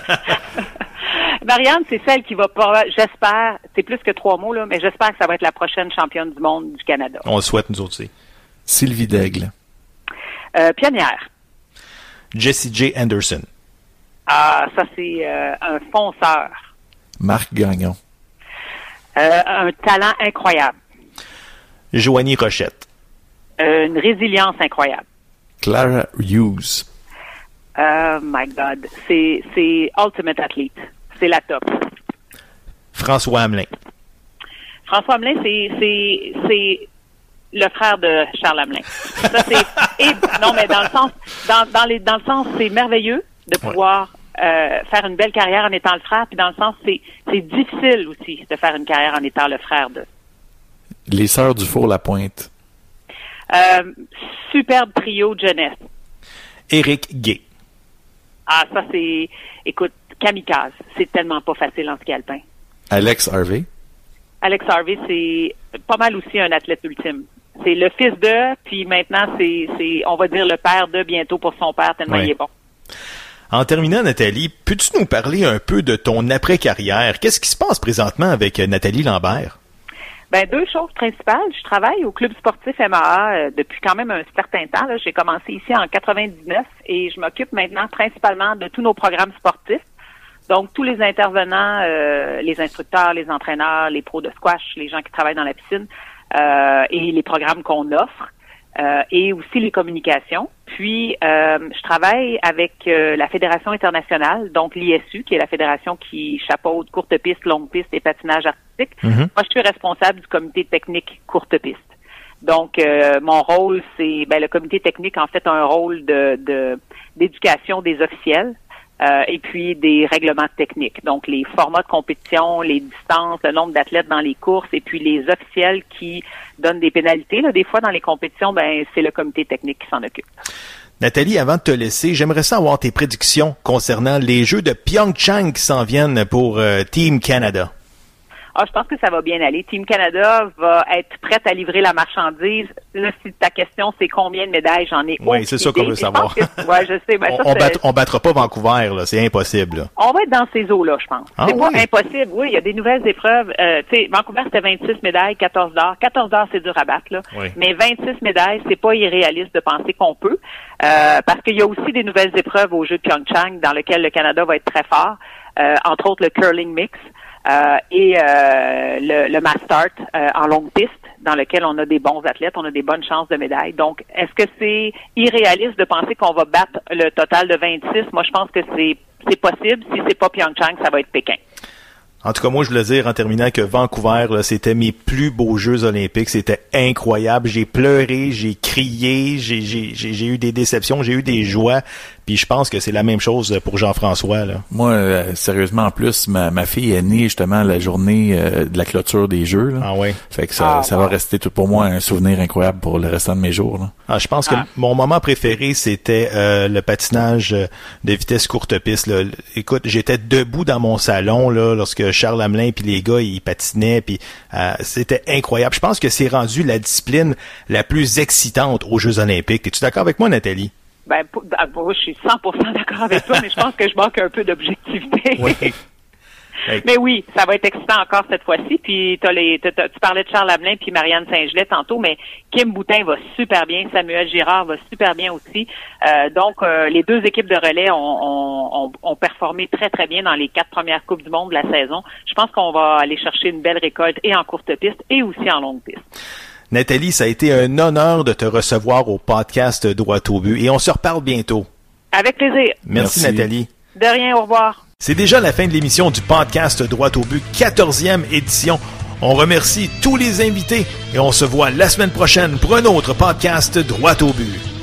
Speaker 13: Marianne, c'est celle qui va pas, j'espère, c'est plus que trois mots, là, mais j'espère que ça va être la prochaine championne du monde du Canada.
Speaker 3: On le souhaite, nous autres aussi.
Speaker 14: Sylvie Daigle.
Speaker 13: Euh, pionnière.
Speaker 3: Jessie J. Anderson.
Speaker 13: Ah, ça, c'est euh, un fonceur.
Speaker 14: Marc Gagnon.
Speaker 13: Euh, un talent incroyable.
Speaker 3: Joanie Rochette.
Speaker 13: Euh, une résilience incroyable.
Speaker 14: Clara Hughes.
Speaker 13: Oh my God. C'est, c'est Ultimate Athlete. C'est la top.
Speaker 3: François Hamelin.
Speaker 13: François Hamelin, c'est, c'est, c'est le frère de Charles Hamelin. Ça, c'est, et, non, mais dans le sens, dans, dans les, dans le sens, c'est merveilleux de pouvoir euh, faire une belle carrière en étant le frère, puis dans le sens, c'est, c'est difficile aussi de faire une carrière en étant le frère de.
Speaker 14: Les Sœurs du Four-la-Pointe.
Speaker 13: Euh, superbe trio de jeunesse.
Speaker 3: Éric Gay.
Speaker 13: Ah, ça, c'est, écoute, kamikaze. C'est tellement pas facile en ski alpin.
Speaker 14: Alex Harvey.
Speaker 13: Alex Harvey, c'est pas mal aussi un athlète ultime. C'est le fils de, puis maintenant, c'est, c'est, on va dire le père de bientôt pour son père, tellement ouais. il est bon.
Speaker 3: En terminant, Nathalie, peux-tu nous parler un peu de ton après-carrière? Qu'est-ce qui se passe présentement avec Nathalie Lambert?
Speaker 13: Ben, deux choses principales. Je travaille au club sportif M A A euh, depuis quand même un certain temps. Là. J'ai commencé ici en quatre-vingt-dix-neuf et je m'occupe maintenant principalement de tous nos programmes sportifs. Donc, tous les intervenants, euh, les instructeurs, les entraîneurs, les pros de squash, les gens qui travaillent dans la piscine euh, et les programmes qu'on offre. euh, et aussi les communications. Puis, euh, je travaille avec euh, la Fédération internationale, donc l'I S U, qui est la fédération qui chapeaute courte piste, longue piste et patinage artistique. Mm-hmm. Moi, je suis responsable du comité technique courte piste. Donc, euh, mon rôle, c'est, ben, le comité technique, en fait, a un rôle de, de d'éducation des officiels. Euh, et puis des règlements techniques, donc les formats de compétition, les distances, le nombre d'athlètes dans les courses, et puis les officiels qui donnent des pénalités. Là, des fois, dans les compétitions, ben c'est le comité technique qui s'en occupe.
Speaker 3: Nathalie, avant de te laisser, j'aimerais savoir tes prédictions concernant les Jeux de Pyeongchang qui s'en viennent pour euh, Team Canada.
Speaker 13: Ah, je pense que ça va bien aller. Team Canada va être prête à livrer la marchandise. Là, si ta question, c'est combien de médailles, j'en ai.
Speaker 3: Oui, c'est ça qu'on veut savoir.
Speaker 13: Que, ouais, je sais. Ben,
Speaker 3: on,
Speaker 13: ça,
Speaker 3: on, bat, on battra pas Vancouver, là. C'est impossible, là.
Speaker 13: On va être dans ces eaux-là, je pense.
Speaker 3: Ah,
Speaker 13: c'est
Speaker 3: oui?
Speaker 13: pas impossible. Oui, il y a des nouvelles épreuves. Euh, tu sais, Vancouver, c'était vingt-six médailles, quatorze d'or. quatorze d'or, c'est dur à battre, là.
Speaker 3: Oui.
Speaker 13: Mais vingt-six médailles, c'est pas irréaliste de penser qu'on peut. Euh, parce qu'il y a aussi des nouvelles épreuves aux Jeux de Pyeongchang dans lesquelles le Canada va être très fort. Euh, entre autres, le curling mix. Euh, et euh, le, le mass start euh, en longue piste, dans lequel on a des bons athlètes, on a des bonnes chances de médailles. Donc, est-ce que c'est irréaliste de penser qu'on va battre le total de vingt-six? Moi, je pense que c'est c'est possible. Si c'est pas Pyeongchang, ça va être Pékin.
Speaker 3: En tout cas, moi, je voulais dire en terminant que Vancouver, là, c'était mes plus beaux Jeux olympiques. C'était incroyable. J'ai pleuré, j'ai crié, j'ai, j'ai, j'ai, j'ai eu des déceptions, j'ai eu des joies. Puis je pense que c'est la même chose pour Jean-François, là.
Speaker 14: Moi, euh, sérieusement, en plus, ma, ma fille est née justement la journée euh, de la clôture des Jeux. Là.
Speaker 3: Ah oui.
Speaker 14: Fait que ça,
Speaker 13: ah,
Speaker 14: ça
Speaker 13: wow.
Speaker 14: va rester tout pour moi un souvenir incroyable pour le restant de mes jours. Là.
Speaker 3: Ah, je pense que
Speaker 13: ah.
Speaker 3: mon moment préféré, c'était euh, le patinage de vitesse courte piste. Là. Écoute, j'étais debout dans mon salon là lorsque Charles Hamelin puis les gars, ils patinaient. Puis euh, c'était incroyable. Je pense que c'est rendu la discipline la plus excitante aux Jeux olympiques. Es-tu d'accord avec moi, Nathalie?
Speaker 13: Ben, pour, pour, je suis cent pour cent d'accord avec toi, mais je pense que je manque un peu d'objectivité.
Speaker 3: Oui.
Speaker 13: Mais oui, ça va être excitant encore cette fois-ci. Puis t'as les, t'as, t'as, tu parlais de Charles Hamelin puis Marianne Saint-Gelais tantôt, mais Kim Boutin va super bien, Samuel Girard va super bien aussi. Euh, donc euh, les deux équipes de relais ont, ont, ont, ont performé très très bien dans les quatre premières coupes du monde de la saison. Je pense qu'on va aller chercher une belle récolte et en courte piste et aussi en longue piste.
Speaker 3: Nathalie, ça a été un honneur de te recevoir au podcast Droit au but et on se reparle bientôt.
Speaker 13: Avec plaisir.
Speaker 3: Merci, Merci. Nathalie.
Speaker 13: De rien, au revoir.
Speaker 3: C'est déjà la fin de l'émission du podcast Droit au but, quatorzième édition. On remercie tous les invités et on se voit la semaine prochaine pour un autre podcast Droit au but.